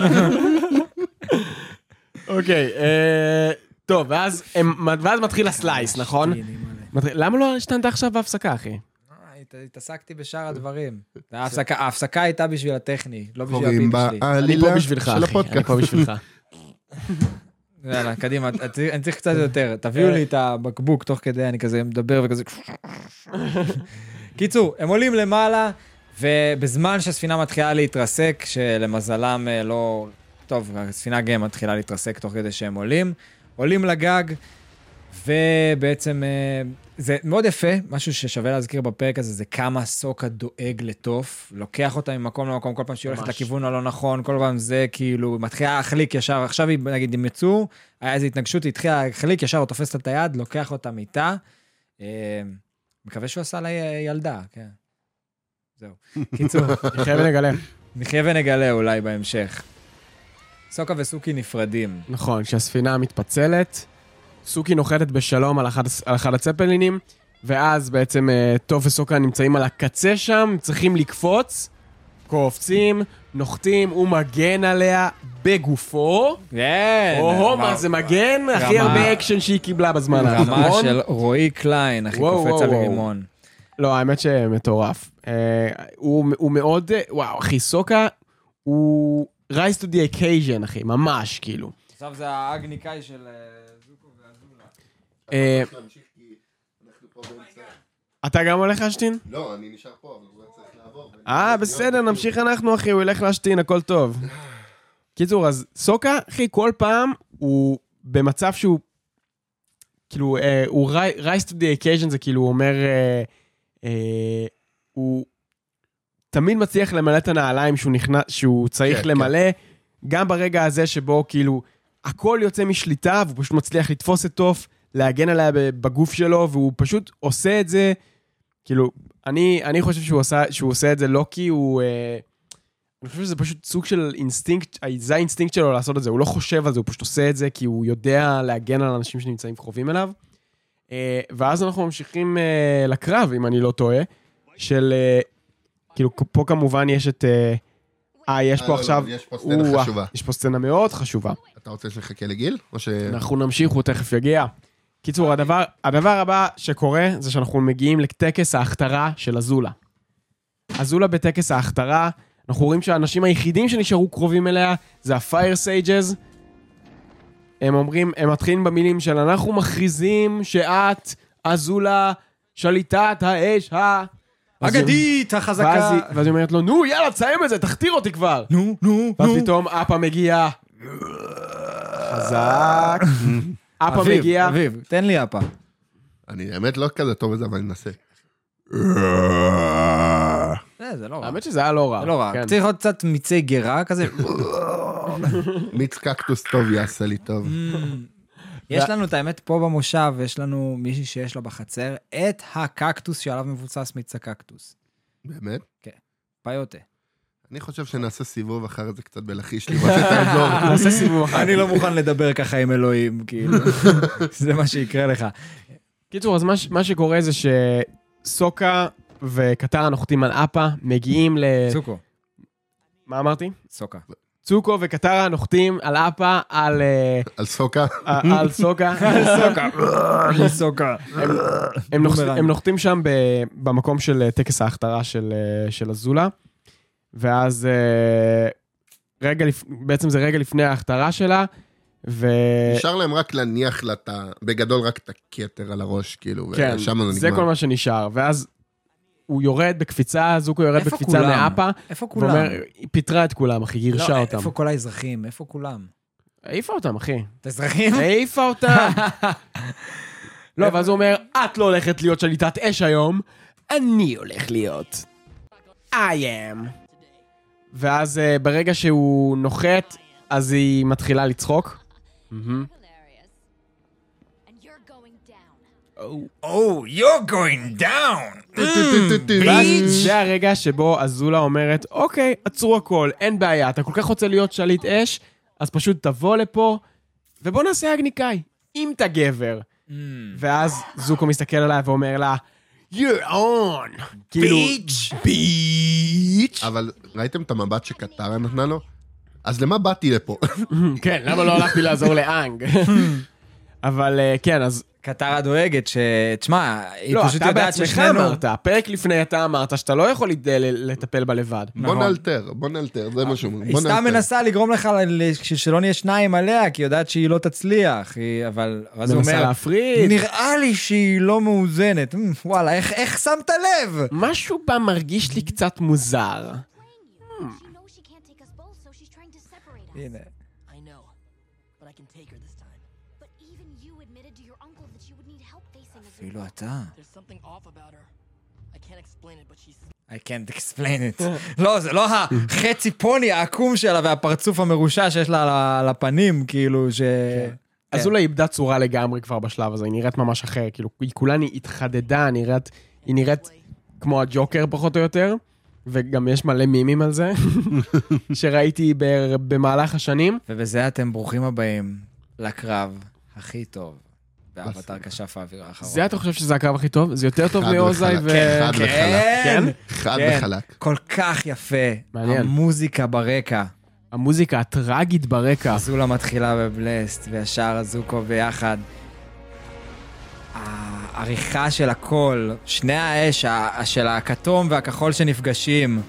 אוקיי, אה, טוב, ואז הם- ואז מתחיל הסלייס, נכון? מתחיל- למה לא השתנת עכשיו בהפסקה, אחי? הת- התעסקתי בשאר הדברים. ההפסקה- ההפסקה הייתה בשביל הטכני, לא בשביל קוראים הפיפי שלי. אני בעלילה פה בשבילך, של אחי. אני הפודקאסט. פה בשבילך. יאללה, קדימה, אני צריך- אני צריך קצת יותר. תביאו לי את הבקבוק תוך כדי, אני כזה מדבר וכזה... קיצור, הם עולים למעלה, ובזמן שהספינה מתחילה להתרסק, שלמזלם אה, לא... טוב, הספינה גם מתחילה להתרסק תוך כדי שהם עולים, עולים לגג, ובעצם אה, זה מאוד יפה, משהו ששווה להזכיר בפרק הזה, זה כמה סוקה דואג לטוף, לוקח אותה ממקום למקום, כל פעם שהיא הולכת ממש. לכיוון הלא נכון, כל פעם זה כאילו, מתחילה להחליק ישר, עכשיו היא, נגיד, הם יצאו, היה איזו התנגשות, היא התחילה להחליק ישר, הוא תופס את היד, לוקח אותה מיטה, אה, מקווה שהוא עשה לה ילדה, כן. זהו. קיצור, נחיה ונגלה. נחיה ונגלה אולי בהמשך. סוקה וסוקי נפרדים. נכון, כשהספינה מתפצלת, סוקי נוחתת בשלום על אחד, על אחד הצפלינים, ואז בעצם אה, טוב וסוקה נמצאים על הקצה שם, צריכים לקפוץ, קופצים, נוחתים, הוא מגן עליה בגופו. כן. או-הו, מה זה מגן? הכי רמה- הרבה אקשן שהיא קיבלה בזמן רמה האחרון. של רועי קליין, אחי, וואו, קופץ על וואו, רימון. לא, האמת שמטורף. הוא מאוד, וואו, אחי, סוקה, הוא rise to the occasion, אחי, ממש, כאילו. עכשיו זה האגניקאי של זוקו ואזולה. אתה גם הולך להשתין? לא, אני נשאר פה, אבל הוא צריך לעבור. אה, בסדר, נמשיך אנחנו, אחי, הוא ילך להשתין, הכל טוב. קיצור, אז סוקה, אחי, כל פעם הוא במצב שהוא, כאילו, הוא rise to the occasion, זה כאילו, הוא אומר, הוא תמיד מצליח למלא את הנעליים שהוא נכנס, שהוא צריך למלא, גם ברגע הזה שבו, כאילו, הכל יוצא משליטה, והוא פשוט מצליח לתפוס את טוב, להגן עליה בגוף שלו, והוא פשוט עושה את זה, כאילו, אני, אני חושב שהוא עושה, שהוא עושה את זה לא כי הוא, אה, אני חושב שזה פשוט סוג של אינסטינקט, זה האינסטינקט שלו לעשות את זה, הוא לא חושב על זה, הוא פשוט עושה את זה, כי הוא יודע להגן על אנשים שנמצאים קרובים אליו, אה, ואז אנחנו ממשיכים אה, לקרב, אם אני לא טועה, של, אה, כאילו, פה כמובן יש את, אה, אה יש פה עכשיו, יש פה סצנה חשובה. יש פה סצנה מאוד חשובה. אתה רוצה שנחכה לגיל? או ש... אנחנו נמשיך, הוא תכף יגיע. קיצור, הדבר, הדבר הבא שקורה זה שאנחנו מגיעים לטקס ההכתרה של אזולה. אזולה בטקס ההכתרה, אנחנו רואים שהאנשים היחידים שנשארו קרובים אליה זה הפייר סייג'ז. הם אומרים, הם מתחילים במילים של אנחנו מכריזים שאת אזולה שליטת האש ה... אגדית, החזקה. ואז היא אומרת לו, נו, יאללה, תסיים את זה, תכתיר אותי כבר. נו, נו, ואז נו. פתאום אפה מגיע. חזק. אפה מגיע. אביב, תן לי אפה. אני האמת לא כזה טוב בזה, אבל אני אנסה. זה לא רע. האמת שזה היה לא רע. זה לא רע. צריך עוד קצת מיצי גרה כזה. מיץ קקטוס טוב יעשה לי טוב. יש לנו את האמת פה במושב, יש לנו מישהי שיש לה בחצר, את הקקטוס שעליו מבוסס מיץ הקקטוס. באמת? כן, פיוטה. אני חושב שנעשה סיבוב אחר זה קצת בלחיש לראות את האזור. נעשה סיבוב אחר. אני לא מוכן לדבר ככה עם אלוהים, כאילו. זה מה שיקרה לך. קיצור, אז מה שקורה זה שסוקה וקטרה נוחתים על אפה, מגיעים ל... צוקו. מה אמרתי? סוקה. צוקו וקטרה נוחתים על אפה, על... על סוקה? על סוקה. על סוקה. על סוקה. הם נוחתים שם במקום של טקס ההכתרה של אזולה, ואז רגע, בעצם זה רגע לפני ההכתרה שלה, ו... נשאר להם רק להניח לה את ה... בגדול רק את הכתר על הראש, כאילו, כן, ושם זה נגמר. זה כל מה שנשאר, ואז הוא יורד בקפיצה, זוקו יורד בקפיצה מאפה. איפה כולם? ואומר, היא פיתרה את כולם, אחי, גירשה אותם. איפה כל האזרחים? איפה כולם? העיפה אותם, אחי. את האזרחים? העיפה אותם. לא, ואז הוא אומר, את לא הולכת להיות שליטת אש היום, אני הולך להיות. I am. ואז ברגע שהוא נוחת, אז היא מתחילה לצחוק. Oh, you're going down. ואז זה הרגע שבו אזולה אומרת, אוקיי, עצרו הכל, אין בעיה, אתה כל כך רוצה להיות שליט אש, אז פשוט תבוא לפה, ובוא נעשה אגניקאי, אם אתה גבר. ואז זוקו מסתכל עליי ואומר לה, you're on. ביץ'. ביץ'. אבל ראיתם את המבט שקטרה נתנה לו? אז למה באתי לפה? כן, למה לא הלכתי לעזור לאנג? אבל כן, אז... קטרה דואגת ש... תשמע, היא לא, פשוט יודעת ששנינו... לא, אתה בעצמך אמרת, הפרק לפני אתה אמרת שאתה לא יכול לטפל בה לבד. בוא נאלתר, בוא נאלתר, זה מה שאומרים. היא סתם מנסה לגרום לך שלא נהיה שניים עליה, כי היא יודעת שהיא לא תצליח, אבל... מנסה להפריד. נראה לי שהיא לא מאוזנת. וואלה, איך שמת לב? משהו בה מרגיש לי קצת מוזר. הנה. אפילו אתה. I can't explain it. לא, זה לא החצי פוני העקום שלה והפרצוף המרושע שיש לה על הפנים, כאילו ש... אז אולי איבדה צורה לגמרי כבר בשלב הזה, היא נראית ממש אחר, כאילו, היא כולן התחדדה, היא נראית כמו הג'וקר פחות או יותר, וגם יש מלא מימים על זה, שראיתי במהלך השנים. ובזה אתם ברוכים הבאים לקרב הכי טוב. באבטר כשף האוויר האחרון. זה אתה חושב שזה הקרב הכי טוב? זה יותר טוב מאוזאי ו... חד וחלק. כן? חד וחלק. כל כך יפה. מעניין. המוזיקה ברקע. המוזיקה הטרגית ברקע. אזולה מתחילה בבלסט, והשאר הזוקו ביחד. העריכה של הכל, שני האש ה- של הכתום והכחול שנפגשים,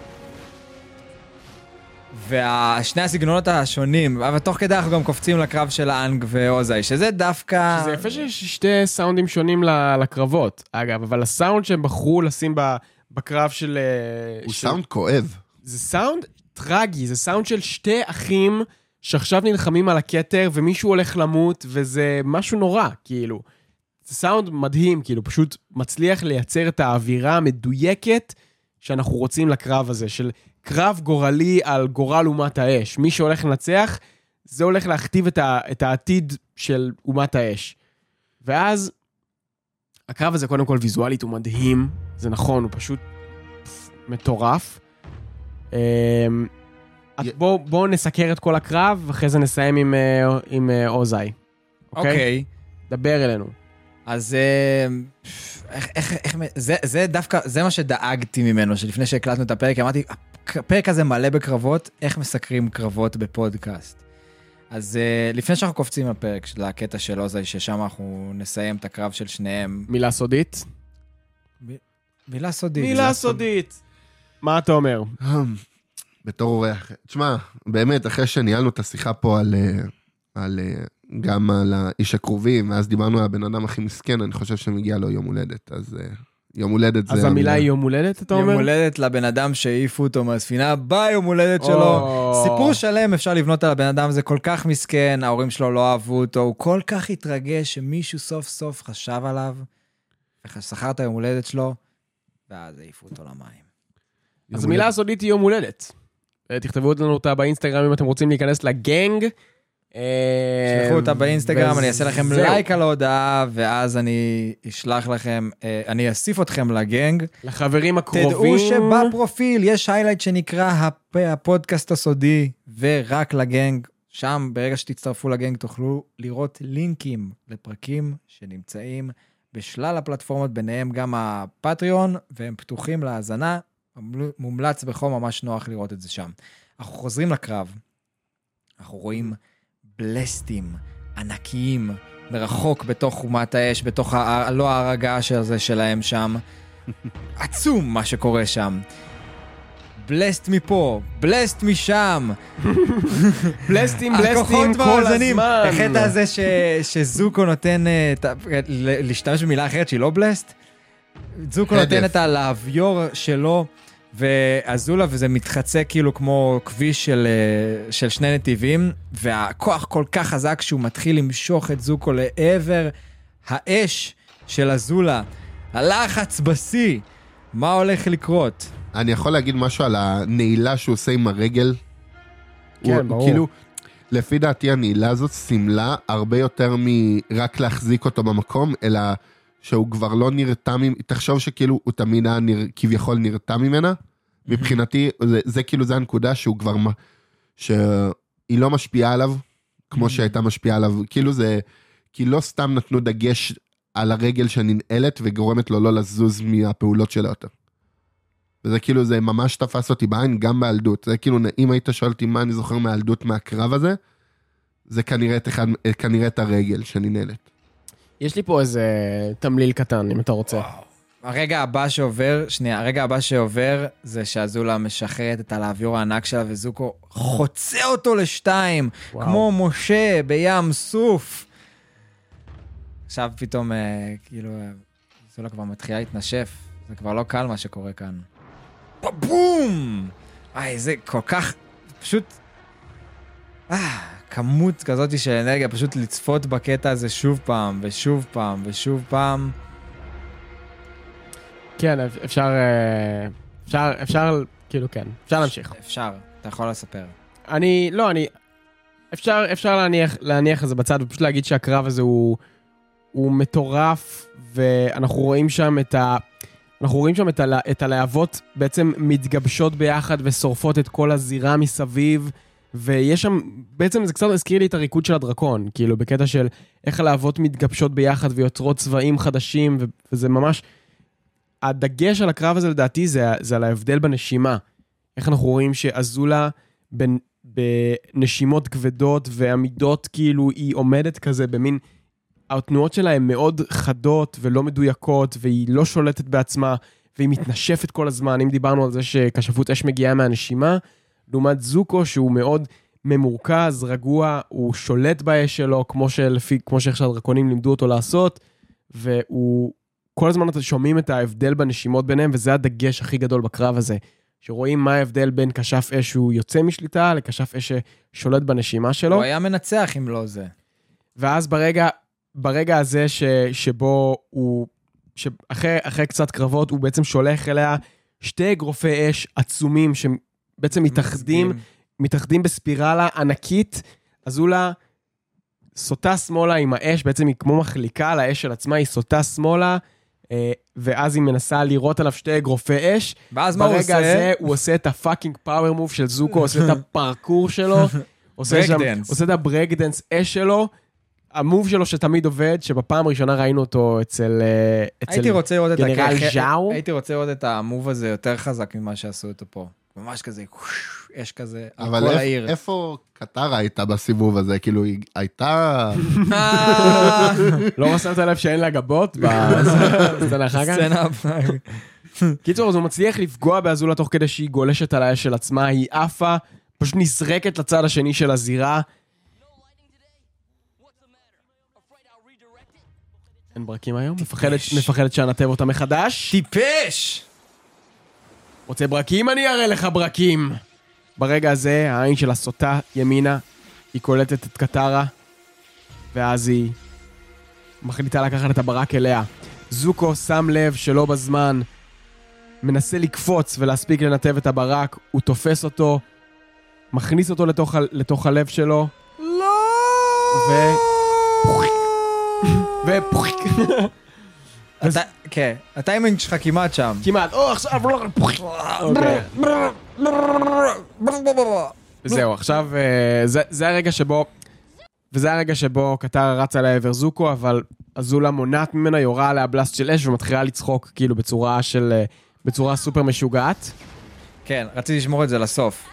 ושני הסגנונות השונים, אבל תוך כדי אנחנו גם קופצים לקרב של האנג ואוזאי, שזה דווקא... שזה יפה שיש שתי סאונדים שונים לקרבות, אגב, אבל הסאונד שהם בחרו לשים בקרב של... הוא של... סאונד כואב. זה סאונד טרגי, זה סאונד של שתי אחים שעכשיו נלחמים על הכתר, ומישהו הולך למות, וזה משהו נורא, כאילו. זה סאונד מדהים, כאילו, פשוט מצליח לייצר את האווירה המדויקת שאנחנו רוצים לקרב הזה, של קרב גורלי על גורל אומת האש. מי שהולך לנצח, זה הולך להכתיב את, ה, את העתיד של אומת האש. ואז, הקרב הזה קודם כל ויזואלית הוא מדהים, זה נכון, הוא פשוט מטורף. בואו בוא נסקר את כל הקרב, ואחרי זה נסיים עם, עם אוזאי. אוקיי. דבר אלינו. אז איך, איך, איך, זה, זה דווקא, זה מה שדאגתי ממנו, שלפני שהקלטנו את הפרק, אמרתי, הפרק הזה מלא בקרבות, איך מסקרים קרבות בפודקאסט. אז לפני שאנחנו קופצים לפרק של הקטע של אוזאי, ששם אנחנו נסיים את הקרב של שניהם. מילה סודית? ב... מילה סודית. מילה סודית. מה אתה אומר? בתור אורח. תשמע, באמת, אחרי שניהלנו את השיחה פה על, על, גם על האיש הקרובים, ואז דיברנו על הבן אדם הכי מסכן, אני חושב שמגיע לו יום הולדת, אז יום הולדת זה... אז המילה היא יום הולדת, אתה אומר? יום הולדת לבן אדם שהעיפו אותו מהספינה, ביום הולדת שלו. סיפור שלם אפשר לבנות על הבן אדם, זה כל כך מסכן, ההורים שלו לא אהבו אותו, הוא כל כך התרגש שמישהו סוף סוף חשב עליו, ושכר את היום הולדת שלו, ואז העיפו אותו למים. אז המילה הסודית היא יום הולדת. תכתבו לנו אותה באינסטגרם אם אתם רוצים להיכנס לגנג. שלחו אותה באינסטגרם, אני אעשה לכם לייק על ההודעה, ואז אני אשלח לכם, אני אוסיף אתכם לגנג. לחברים הקרובים. תדעו שבפרופיל יש היילייט שנקרא הפודקאסט הסודי, ורק לגנג. שם, ברגע שתצטרפו לגנג, תוכלו לראות לינקים לפרקים שנמצאים בשלל הפלטפורמות, ביניהם גם הפטריון, והם פתוחים להאזנה. מומלץ בחום, ממש נוח לראות את זה שם. אנחנו חוזרים לקרב. אנחנו רואים בלסטים ענקיים מרחוק בתוך חומת האש, בתוך ה... לא ההרגעה של זה שלהם שם. עצום מה שקורה שם. בלסט מפה, בלסט משם. בלסטים, בלסטים כל הזמן. הקטע הזה ש... שזוקו נותן, להשתמש במילה אחרת שהיא לא בלסט, זוקו נותן את הלאביור שלו, והזולה, וזה מתחצה כאילו כמו כביש של, של שני נתיבים, והכוח כל כך חזק שהוא מתחיל למשוך את זוקו לעבר האש של הזולה. הלחץ בסי, מה הולך לקרות? אני יכול להגיד משהו על הנעילה שהוא עושה עם הרגל? כן, הוא, ברור. כאילו, לפי דעתי הנעילה הזאת סמלה הרבה יותר מרק להחזיק אותו במקום, אלא שהוא כבר לא נרתע, תחשוב שכאילו הוא תמיד היה נר, כביכול נרתע ממנה, מבחינתי זה, זה כאילו זה הנקודה שהוא כבר, שהיא לא משפיעה עליו, כמו שהייתה משפיעה עליו, כאילו זה, כי לא סתם נתנו דגש על הרגל שננעלת, וגורמת לו לא לזוז מהפעולות שלה יותר. וזה כאילו, זה ממש תפס אותי בעין, גם בילדות. זה כאילו, אם היית שואל אותי מה אני זוכר מהילדות מהקרב הזה, זה כנראה את, אחד, כנראה את הרגל שננעלת. יש לי פה איזה תמליל קטן, אם אתה רוצה. וואו. הרגע הבא שעובר, שנייה, הרגע הבא שעובר, זה שהזולה משחררת את הלאוויור הענק שלה, וזוקו חוצה אותו לשתיים, וואו. כמו משה בים סוף. עכשיו פתאום, אה, כאילו, זולה כבר מתחילה להתנשף, זה כבר לא קל מה שקורה כאן. בום! איי, זה כל כך, פשוט, אה, כמות כזאת של אנרגיה, פשוט לצפות בקטע הזה שוב פעם, ושוב פעם, ושוב פעם. כן, אפשר, אפשר, אפשר, כאילו כן, אפשר להמשיך. אפשר, אתה יכול לספר. אני, לא, אני, אפשר, אפשר להניח, להניח את זה בצד, ופשוט להגיד שהקרב הזה הוא, הוא מטורף, ואנחנו רואים שם את ה... אנחנו רואים שם את, ה, את הלהבות בעצם מתגבשות ביחד ושורפות את כל הזירה מסביב, ויש שם, בעצם זה קצת הזכיר לי את הריקוד של הדרקון, כאילו בקטע של איך הלהבות מתגבשות ביחד ויוצרות צבעים חדשים, וזה ממש, הדגש על הקרב הזה לדעתי זה, זה על ההבדל בנשימה. איך אנחנו רואים שהזולה בנשימות כבדות ועמידות כאילו היא עומדת כזה במין התנועות שלה הן מאוד חדות ולא מדויקות, והיא לא שולטת בעצמה, והיא מתנשפת כל הזמן. אם דיברנו על זה שכשפות אש מגיעה מהנשימה, לעומת זוקו שהוא מאוד ממורכז, רגוע, הוא שולט באש שלו, כמו שלפי, כמו שהדרקונים לימדו אותו לעשות, והוא, כל הזמן אתם שומעים את ההבדל בנשימות ביניהם, וזה הדגש הכי גדול בקרב הזה, שרואים מה ההבדל בין כשף אש שהוא יוצא משליטה, לכשף אש ששולט בנשימה שלו. הוא היה מנצח אם לא זה. ואז ברגע, ברגע הזה ש, שבו הוא, שאחרי, אחרי קצת קרבות, הוא בעצם שולח אליה שתי אגרופי אש עצומים, שבעצם מתאחדים, מתאחדים בספירלה ענקית, אז הוא לה סוטה שמאלה עם האש, בעצם היא כמו מחליקה על האש של עצמה, היא סוטה שמאלה, ואז היא מנסה לראות עליו שתי אגרופי אש. ואז מה הוא עושה? ברגע הזה הוא עושה את הפאקינג פאוור מוב של זוקו, עושה את הפרקור שלו, עושה שם, עושה את הברקדנס אש שלו, המוב שלו שתמיד עובד, שבפעם הראשונה ראינו אותו אצל גנרל ז'או. הייתי רוצה לראות את המוב הזה יותר חזק ממה שעשו אותו פה. ממש כזה, אש כזה, על כל העיר. אבל איפה קטרה הייתה בסיבוב הזה? כאילו, היא הייתה... לא שמת לב שאין לה גבות? בסצנה אחר כך? סצנה אחר כך. קיצור, אז הוא מצליח לפגוע באזולה תוך כדי שהיא גולשת על האש של עצמה, היא עפה, פשוט נזרקת לצד השני של הזירה. אין ברקים היום? מפחדת שענתב אותה מחדש? טיפש! רוצה ברקים? אני אראה לך ברקים. ברגע הזה, העין שלה סוטה ימינה, היא קולטת את קטרה, ואז היא מחליטה לקחת את הברק אליה. זוקו שם לב שלא בזמן, מנסה לקפוץ ולהספיק לנתב את הברק, הוא תופס אותו, מכניס אותו לתוך, לתוך הלב שלו. לא! ו... ופוחיק. כן, הטיימינג שלך כמעט שם. כמעט, או עכשיו, וזהו, עכשיו, זה הרגע שבו, וזה הרגע שבו קטרה רצה לעבר זוקו, אבל אזולה מונעת ממנה, יורה עליה בלסט של אש, ומתחילה לצחוק כאילו בצורה של, בצורה סופר משוגעת. כן, רציתי לשמור את זה לסוף.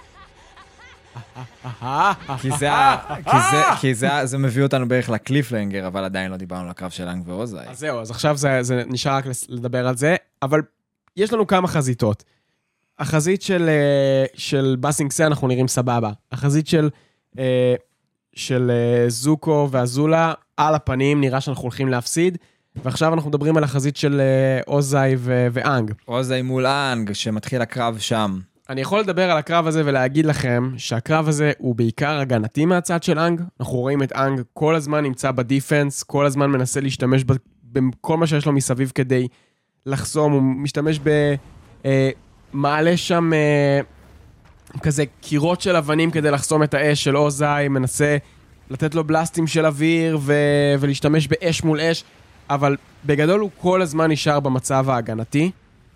כי זה, כי זה, זה מביא אותנו בערך לקליפלנגר, אבל עדיין לא דיברנו על הקרב של אנג ואוזאי. אז זהו, אז עכשיו זה, זה נשאר רק לדבר על זה, אבל יש לנו כמה חזיתות. החזית של, של בסינגסה אנחנו נראים סבבה. החזית של, של זוקו ואזולה על הפנים, נראה שאנחנו הולכים להפסיד, ועכשיו אנחנו מדברים על החזית של אוזאי ואנג. אוזאי מול אנג, שמתחיל הקרב שם. אני יכול לדבר על הקרב הזה ולהגיד לכם שהקרב הזה הוא בעיקר הגנתי מהצד של אנג. אנחנו רואים את אנג כל הזמן נמצא בדיפנס, כל הזמן מנסה להשתמש בכל מה שיש לו מסביב כדי לחסום, הוא משתמש במעלה שם כזה קירות של אבנים כדי לחסום את האש של אוזאי, מנסה לתת לו בלסטים של אוויר ו- ולהשתמש באש מול אש, אבל בגדול הוא כל הזמן נשאר במצב ההגנתי.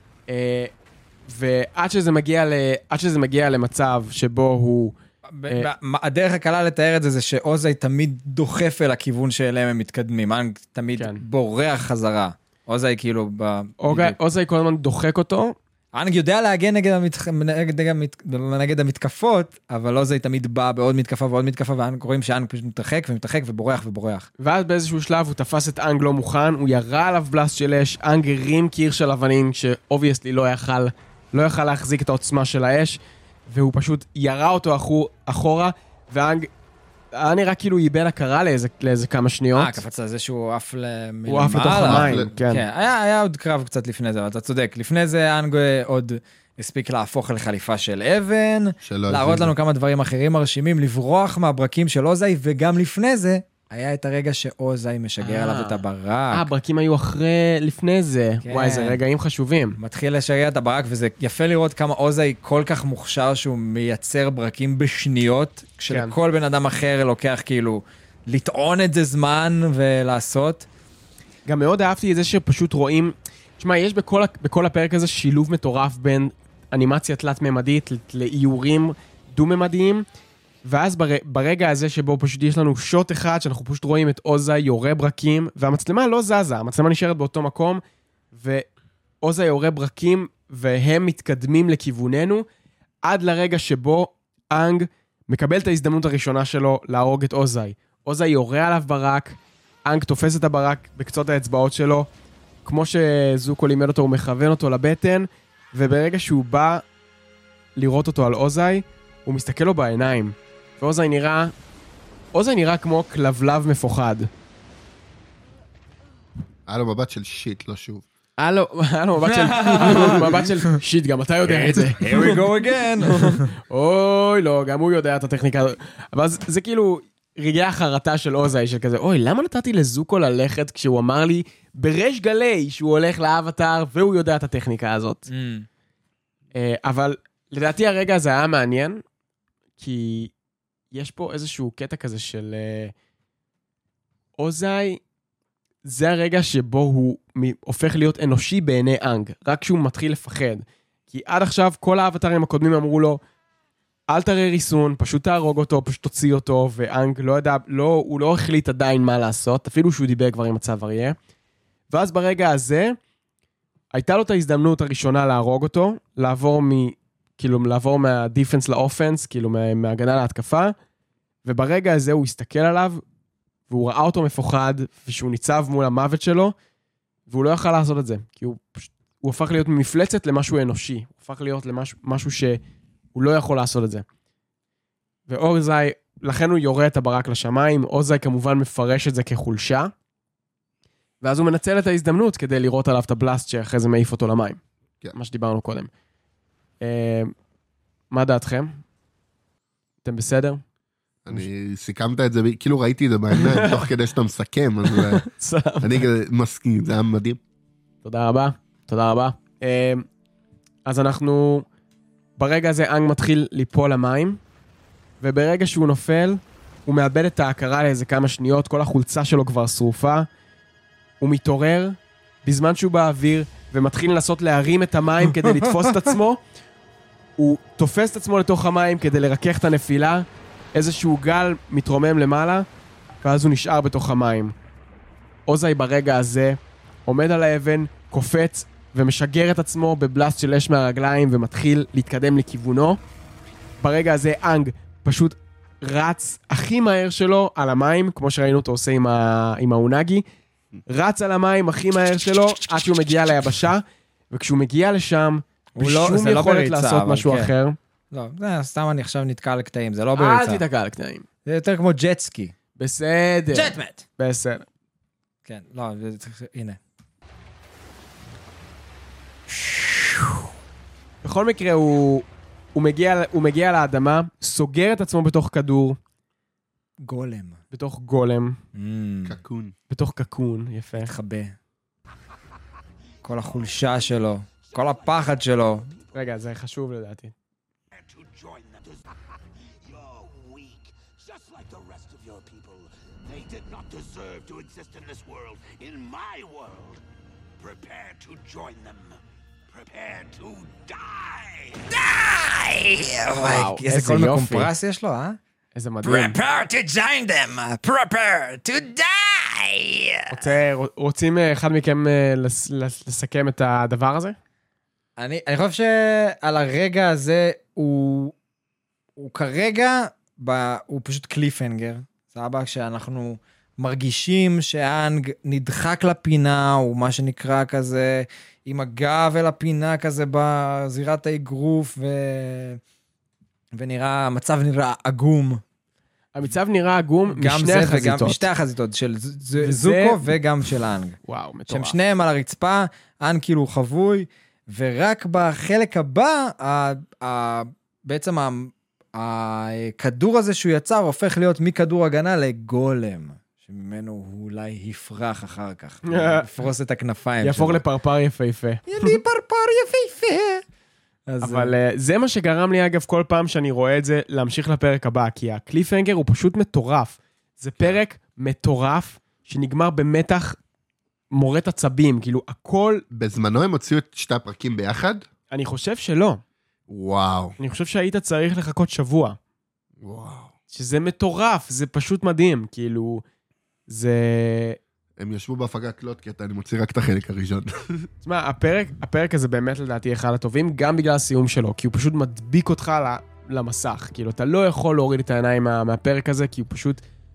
ועד שזה מגיע ל... עד שזה מגיע למצב שבו הוא... הדרך הקלה לתאר את זה זה שאוזאי תמיד דוחף אל הכיוון שאליהם הם מתקדמים, אנג תמיד בורח חזרה. אוזאי כאילו... אוזאי כל הזמן דוחק אותו. אנג יודע להגן נגד המתקפות, אבל אוזאי תמיד בא בעוד מתקפה ועוד מתקפה, ואנג רואים שאנג פשוט מתרחק ומתרחק ובורח ובורח. ואז באיזשהו שלב הוא תפס את אנג לא מוכן, הוא ירה עליו בלסט של אש, אנג הרים קיר של אבנים, שאובייסלי לא יכל... לא יכל להחזיק את העוצמה של האש, והוא פשוט ירה אותו אחור, אחורה, ואנג, היה נראה כאילו איבד הכרה לאיזה, לאיזה כמה שניות. אה, קפץ על זה שהוא עף למלמעלה. הוא עף לתוך המים, כן. כן, היה, היה עוד קרב קצת לפני זה, אבל אתה צודק. לפני זה אנג עוד הספיק להפוך לחליפה של אבן, להראות לנו כמה דברים אחרים מרשימים, לברוח מהברקים של אוזאי, וגם לפני זה, היה את הרגע שאוזאי משגר עליו את הברק. אה, הברקים היו אחרי, לפני זה. וואי, זה רגעים חשובים. מתחיל לשגר את הברק, וזה יפה לראות כמה אוזאי כל כך מוכשר שהוא מייצר ברקים בשניות, כשלכל בן אדם אחר לוקח כאילו לטעון את זה זמן ולעשות. גם מאוד אהבתי את זה שפשוט רואים, תשמע, יש בכל, בכל הפרק הזה שילוב מטורף בין אנימציה תלת-ממדית לאיורים דו-ממדיים, ואז ברגע הזה שבו פשוט יש לנו שוט אחד, שאנחנו פשוט רואים את אוזאי יורה ברקים, והמצלמה לא זזה, המצלמה נשארת באותו מקום, ואוזאי יורה ברקים, והם מתקדמים לכיווננו, עד לרגע שבו אנג מקבל את ההזדמנות הראשונה שלו להרוג את אוזאי. אוזאי יורה עליו ברק, אנג תופס את הברק בקצות האצבעות שלו, כמו שזוקו לימד אותו, הוא מכוון אותו לבטן, וברגע שהוא בא לראות אותו על אוזאי, הוא מסתכל לו בעיניים. ואוזאי נראה, אוזאי נראה כמו כלבלב מפוחד. היה לו מבט של שיט, לא שוב. היה לו, היה לו מבט של, מבט של שיט, גם אתה יודע את זה. Here we go again. אוי, לא, גם הוא יודע את הטכניקה. אבל זה, זה כאילו רגעי החרטה של אוזאי, של כזה, אוי, למה נתתי לזוקו ללכת כשהוא אמר לי בריש גלי שהוא הולך לאבטר והוא יודע את הטכניקה הזאת. Mm. אבל לדעתי הרגע הזה היה מעניין, כי יש פה איזשהו קטע כזה של אוזאי, זה הרגע שבו הוא הופך להיות אנושי בעיני אנג, רק כשהוא מתחיל לפחד. כי עד עכשיו כל האבטרים הקודמים אמרו לו, אל תראה ריסון, פשוט תהרוג אותו, פשוט תוציא אותו, ואנג לא ידע, לא, הוא לא החליט עדיין מה לעשות, אפילו שהוא דיבר כבר עם הצו אריה. ואז ברגע הזה, הייתה לו את ההזדמנות הראשונה להרוג אותו, לעבור מ... כאילו, לעבור מהדיפנס לאופנס, כאילו, מה, מהגנה להתקפה, וברגע הזה הוא הסתכל עליו, והוא ראה אותו מפוחד, ושהוא ניצב מול המוות שלו, והוא לא יכל לעשות את זה, כי הוא, הוא הפך להיות ממפלצת למשהו אנושי, הוא הפך להיות למשהו שהוא לא יכול לעשות את זה. ואוזאי, לכן הוא יורה את הברק לשמיים, אוזאי כמובן מפרש את זה כחולשה, ואז הוא מנצל את ההזדמנות כדי לראות עליו את הבלסט שאחרי זה מעיף אותו למים. כן. מה שדיברנו קודם. מה דעתכם? אתם בסדר? אני סיכמת את זה, כאילו ראיתי את זה בעיניים, תוך כדי שאתה מסכם, אז אני מסכים, זה היה מדהים. תודה רבה, תודה רבה. אז אנחנו, ברגע הזה אנג מתחיל ליפול למים, וברגע שהוא נופל, הוא מאבד את ההכרה לאיזה כמה שניות, כל החולצה שלו כבר שרופה, הוא מתעורר בזמן שהוא באוויר, ומתחיל לנסות להרים את המים כדי לתפוס את עצמו, הוא תופס את עצמו לתוך המים כדי לרכך את הנפילה, איזשהו גל מתרומם למעלה, ואז הוא נשאר בתוך המים. אוזאי ברגע הזה עומד על האבן, קופץ ומשגר את עצמו בבלסט של אש מהרגליים ומתחיל להתקדם לכיוונו. ברגע הזה אנג פשוט רץ הכי מהר שלו על המים, כמו שראינו אותו עושה עם, ה... עם האונגי, רץ על המים הכי מהר שלו עד שהוא מגיע ליבשה, וכשהוא מגיע לשם, בשום לא, יכולת בריצה, לעשות משהו כן. אחר. לא, זה סתם אני עכשיו נתקע על קטעים, זה לא בריצה. אל תתקע על קטעים. זה יותר כמו ג'טסקי. בסדר. ג'טמט! בסדר. כן, לא, הנה. בכל מקרה, הוא, הוא, מגיע, הוא מגיע לאדמה, סוגר את עצמו בתוך כדור. גולם. בתוך גולם. קקון. בתוך קקון, יפה. מתחבא. כל החולשה שלו, כל הפחד שלו. רגע, זה חשוב לדעתי. To join them. You're weak, just like the rest of your people. They did not deserve to exist in this world, in my world. Prepare to join them. Prepare to die. וואו, איזה איזה כל יופי. מקומפרס יש לו, אה? איזה מדהים. Prepare to join them! Prepare to die! רוצה, רוצים אחד מכם לס, לס, לסכם את הדבר הזה? אני, אני חושב שעל הרגע הזה הוא, הוא כרגע, ב, הוא פשוט קליפהנגר. סבבה, כשאנחנו מרגישים שאנג נדחק לפינה, הוא מה שנקרא כזה, עם הגב אל הפינה כזה בזירת האגרוף, ו... ונראה, המצב נראה עגום. המצב נראה עגום משני החזיתות. וגם, משתי החזיתות, של וזה... זוקו וגם של אנג. וואו, מטורף. שהם שניהם על הרצפה, אנג כאילו חבוי, ורק בחלק הבא, ה, ה, בעצם ה, הכדור הזה שהוא יצר, הופך להיות מכדור הגנה לגולם, שממנו הוא אולי יפרח אחר כך, יפרוס את הכנפיים. יפור לפרפר יפהפה. ילי פרפר יפהפה. אבל זה מה שגרם לי, אגב, כל פעם שאני רואה את זה, להמשיך לפרק הבא, כי הקליפהנגר הוא פשוט מטורף. זה פרק מטורף, שנגמר במתח מורת עצבים, כאילו הכל... בזמנו הם הוציאו את שתי הפרקים ביחד? אני חושב שלא. וואו. אני חושב שהיית צריך לחכות שבוע. וואו. שזה מטורף, זה פשוט מדהים, כאילו, זה... הם ישבו בהפקה קלוט, כי אני מוציא רק את החלק הראשון. תשמע, הפרק, הפרק הזה באמת לדעתי אחד הטובים, גם בגלל הסיום שלו, כי הוא פשוט מדביק אותך למסך, כאילו, אתה לא יכול להוריד את העיניים מה, מהפרק הזה, כי הוא פשוט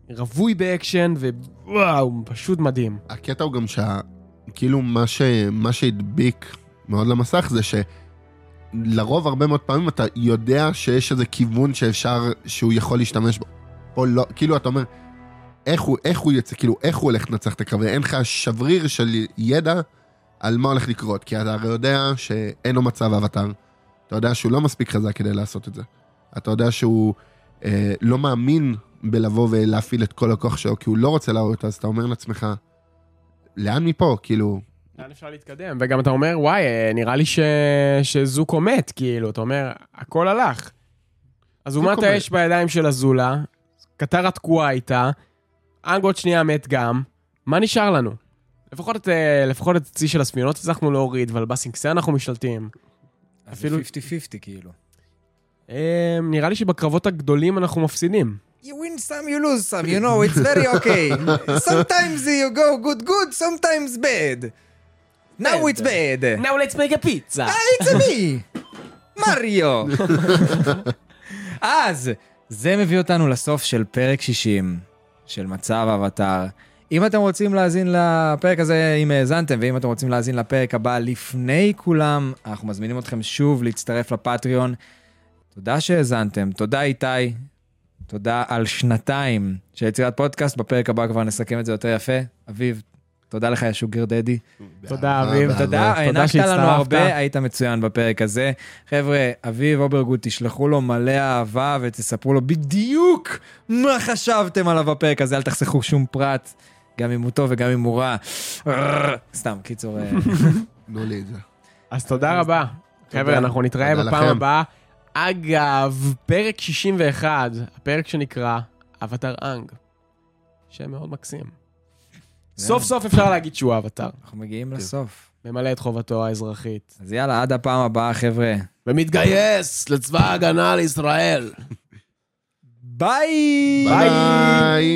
רווי באקשן, ווואו, פשוט מדהים. הקטע הוא גם שה... כאילו מה, ש... מה שהדביק מאוד למסך זה שלרוב הרבה מאוד פעמים אתה יודע שיש איזה כיוון שאפשר, שהוא יכול להשתמש בו. פה לא, כאילו אתה אומר, איך הוא, איך הוא יצא, כאילו איך הוא הולך לנצח את הקרב, ואין לך שבריר של ידע על מה הולך לקרות, כי אתה הרי יודע שאין לו מצב אבטר, אתה יודע שהוא לא מספיק חזק כדי לעשות את זה, אתה יודע שהוא אה, לא מאמין בלבוא ולהפעיל את כל הכוח שלו, כי הוא לא רוצה להראות, אז אתה אומר לעצמך, לאן מפה, כאילו... לאן אפשר להתקדם, וגם אתה אומר, וואי, נראה לי ש... שזוקו מת, כאילו, אתה אומר, הכל הלך. אז אומת האש בידיים של הזולה, קטרה תקועה איתה, אנג עוד שנייה מת גם, מה נשאר לנו? לפחות את, לפחות את הצי של הספינות הצלחנו להוריד, אבל בסינקסר אנחנו משתלטים. אפילו חמישים חמישים כאילו. נראה לי שבקרבות הגדולים אנחנו מפסידים. You win some, you lose some, you know, it's very okay. Sometimes you go good good, sometimes bad. Now it's bad. Now let's make a pizza. Ah, it's me! מריו! אז, זה מביא אותנו לסוף של פרק שישים, של מצב אבטר. אם אתם רוצים להאזין לפרק הזה, אם האזנתם, ואם אתם רוצים להאזין לפרק הבא לפני כולם, אנחנו מזמינים אתכם שוב להצטרף לפטריון. תודה שהאזנתם, תודה איתי, תודה על שנתיים של יצירת פודקאסט, בפרק הבא כבר נסכם את זה יותר יפה. אביב, תודה לך ישוגר דדי. תודה אביב, תודה, הענקת לנו הרבה, היית מצוין בפרק הזה. חבר'ה, אביב אוברגוט, תשלחו לו מלא אהבה ותספרו לו בדיוק מה חשבתם עליו בפרק הזה, אל תחסכו שום פרט, גם אם הוא טוב וגם אם הוא רע. סתם, קיצור. תנו לי את זה. אז תודה רבה. חבר'ה, אנחנו נתראה בפעם הבאה. אגב, פרק שישים ואחת, הפרק שנקרא אבטר אנג, שם מאוד מקסים. סוף סוף אפשר להגיד שהוא אבטר. אנחנו מגיעים לסוף. ממלא את חובתו האזרחית. אז יאללה, עד הפעם הבאה, חבר'ה. ומתגייס לצבא ההגנה לישראל. ביי! ביי!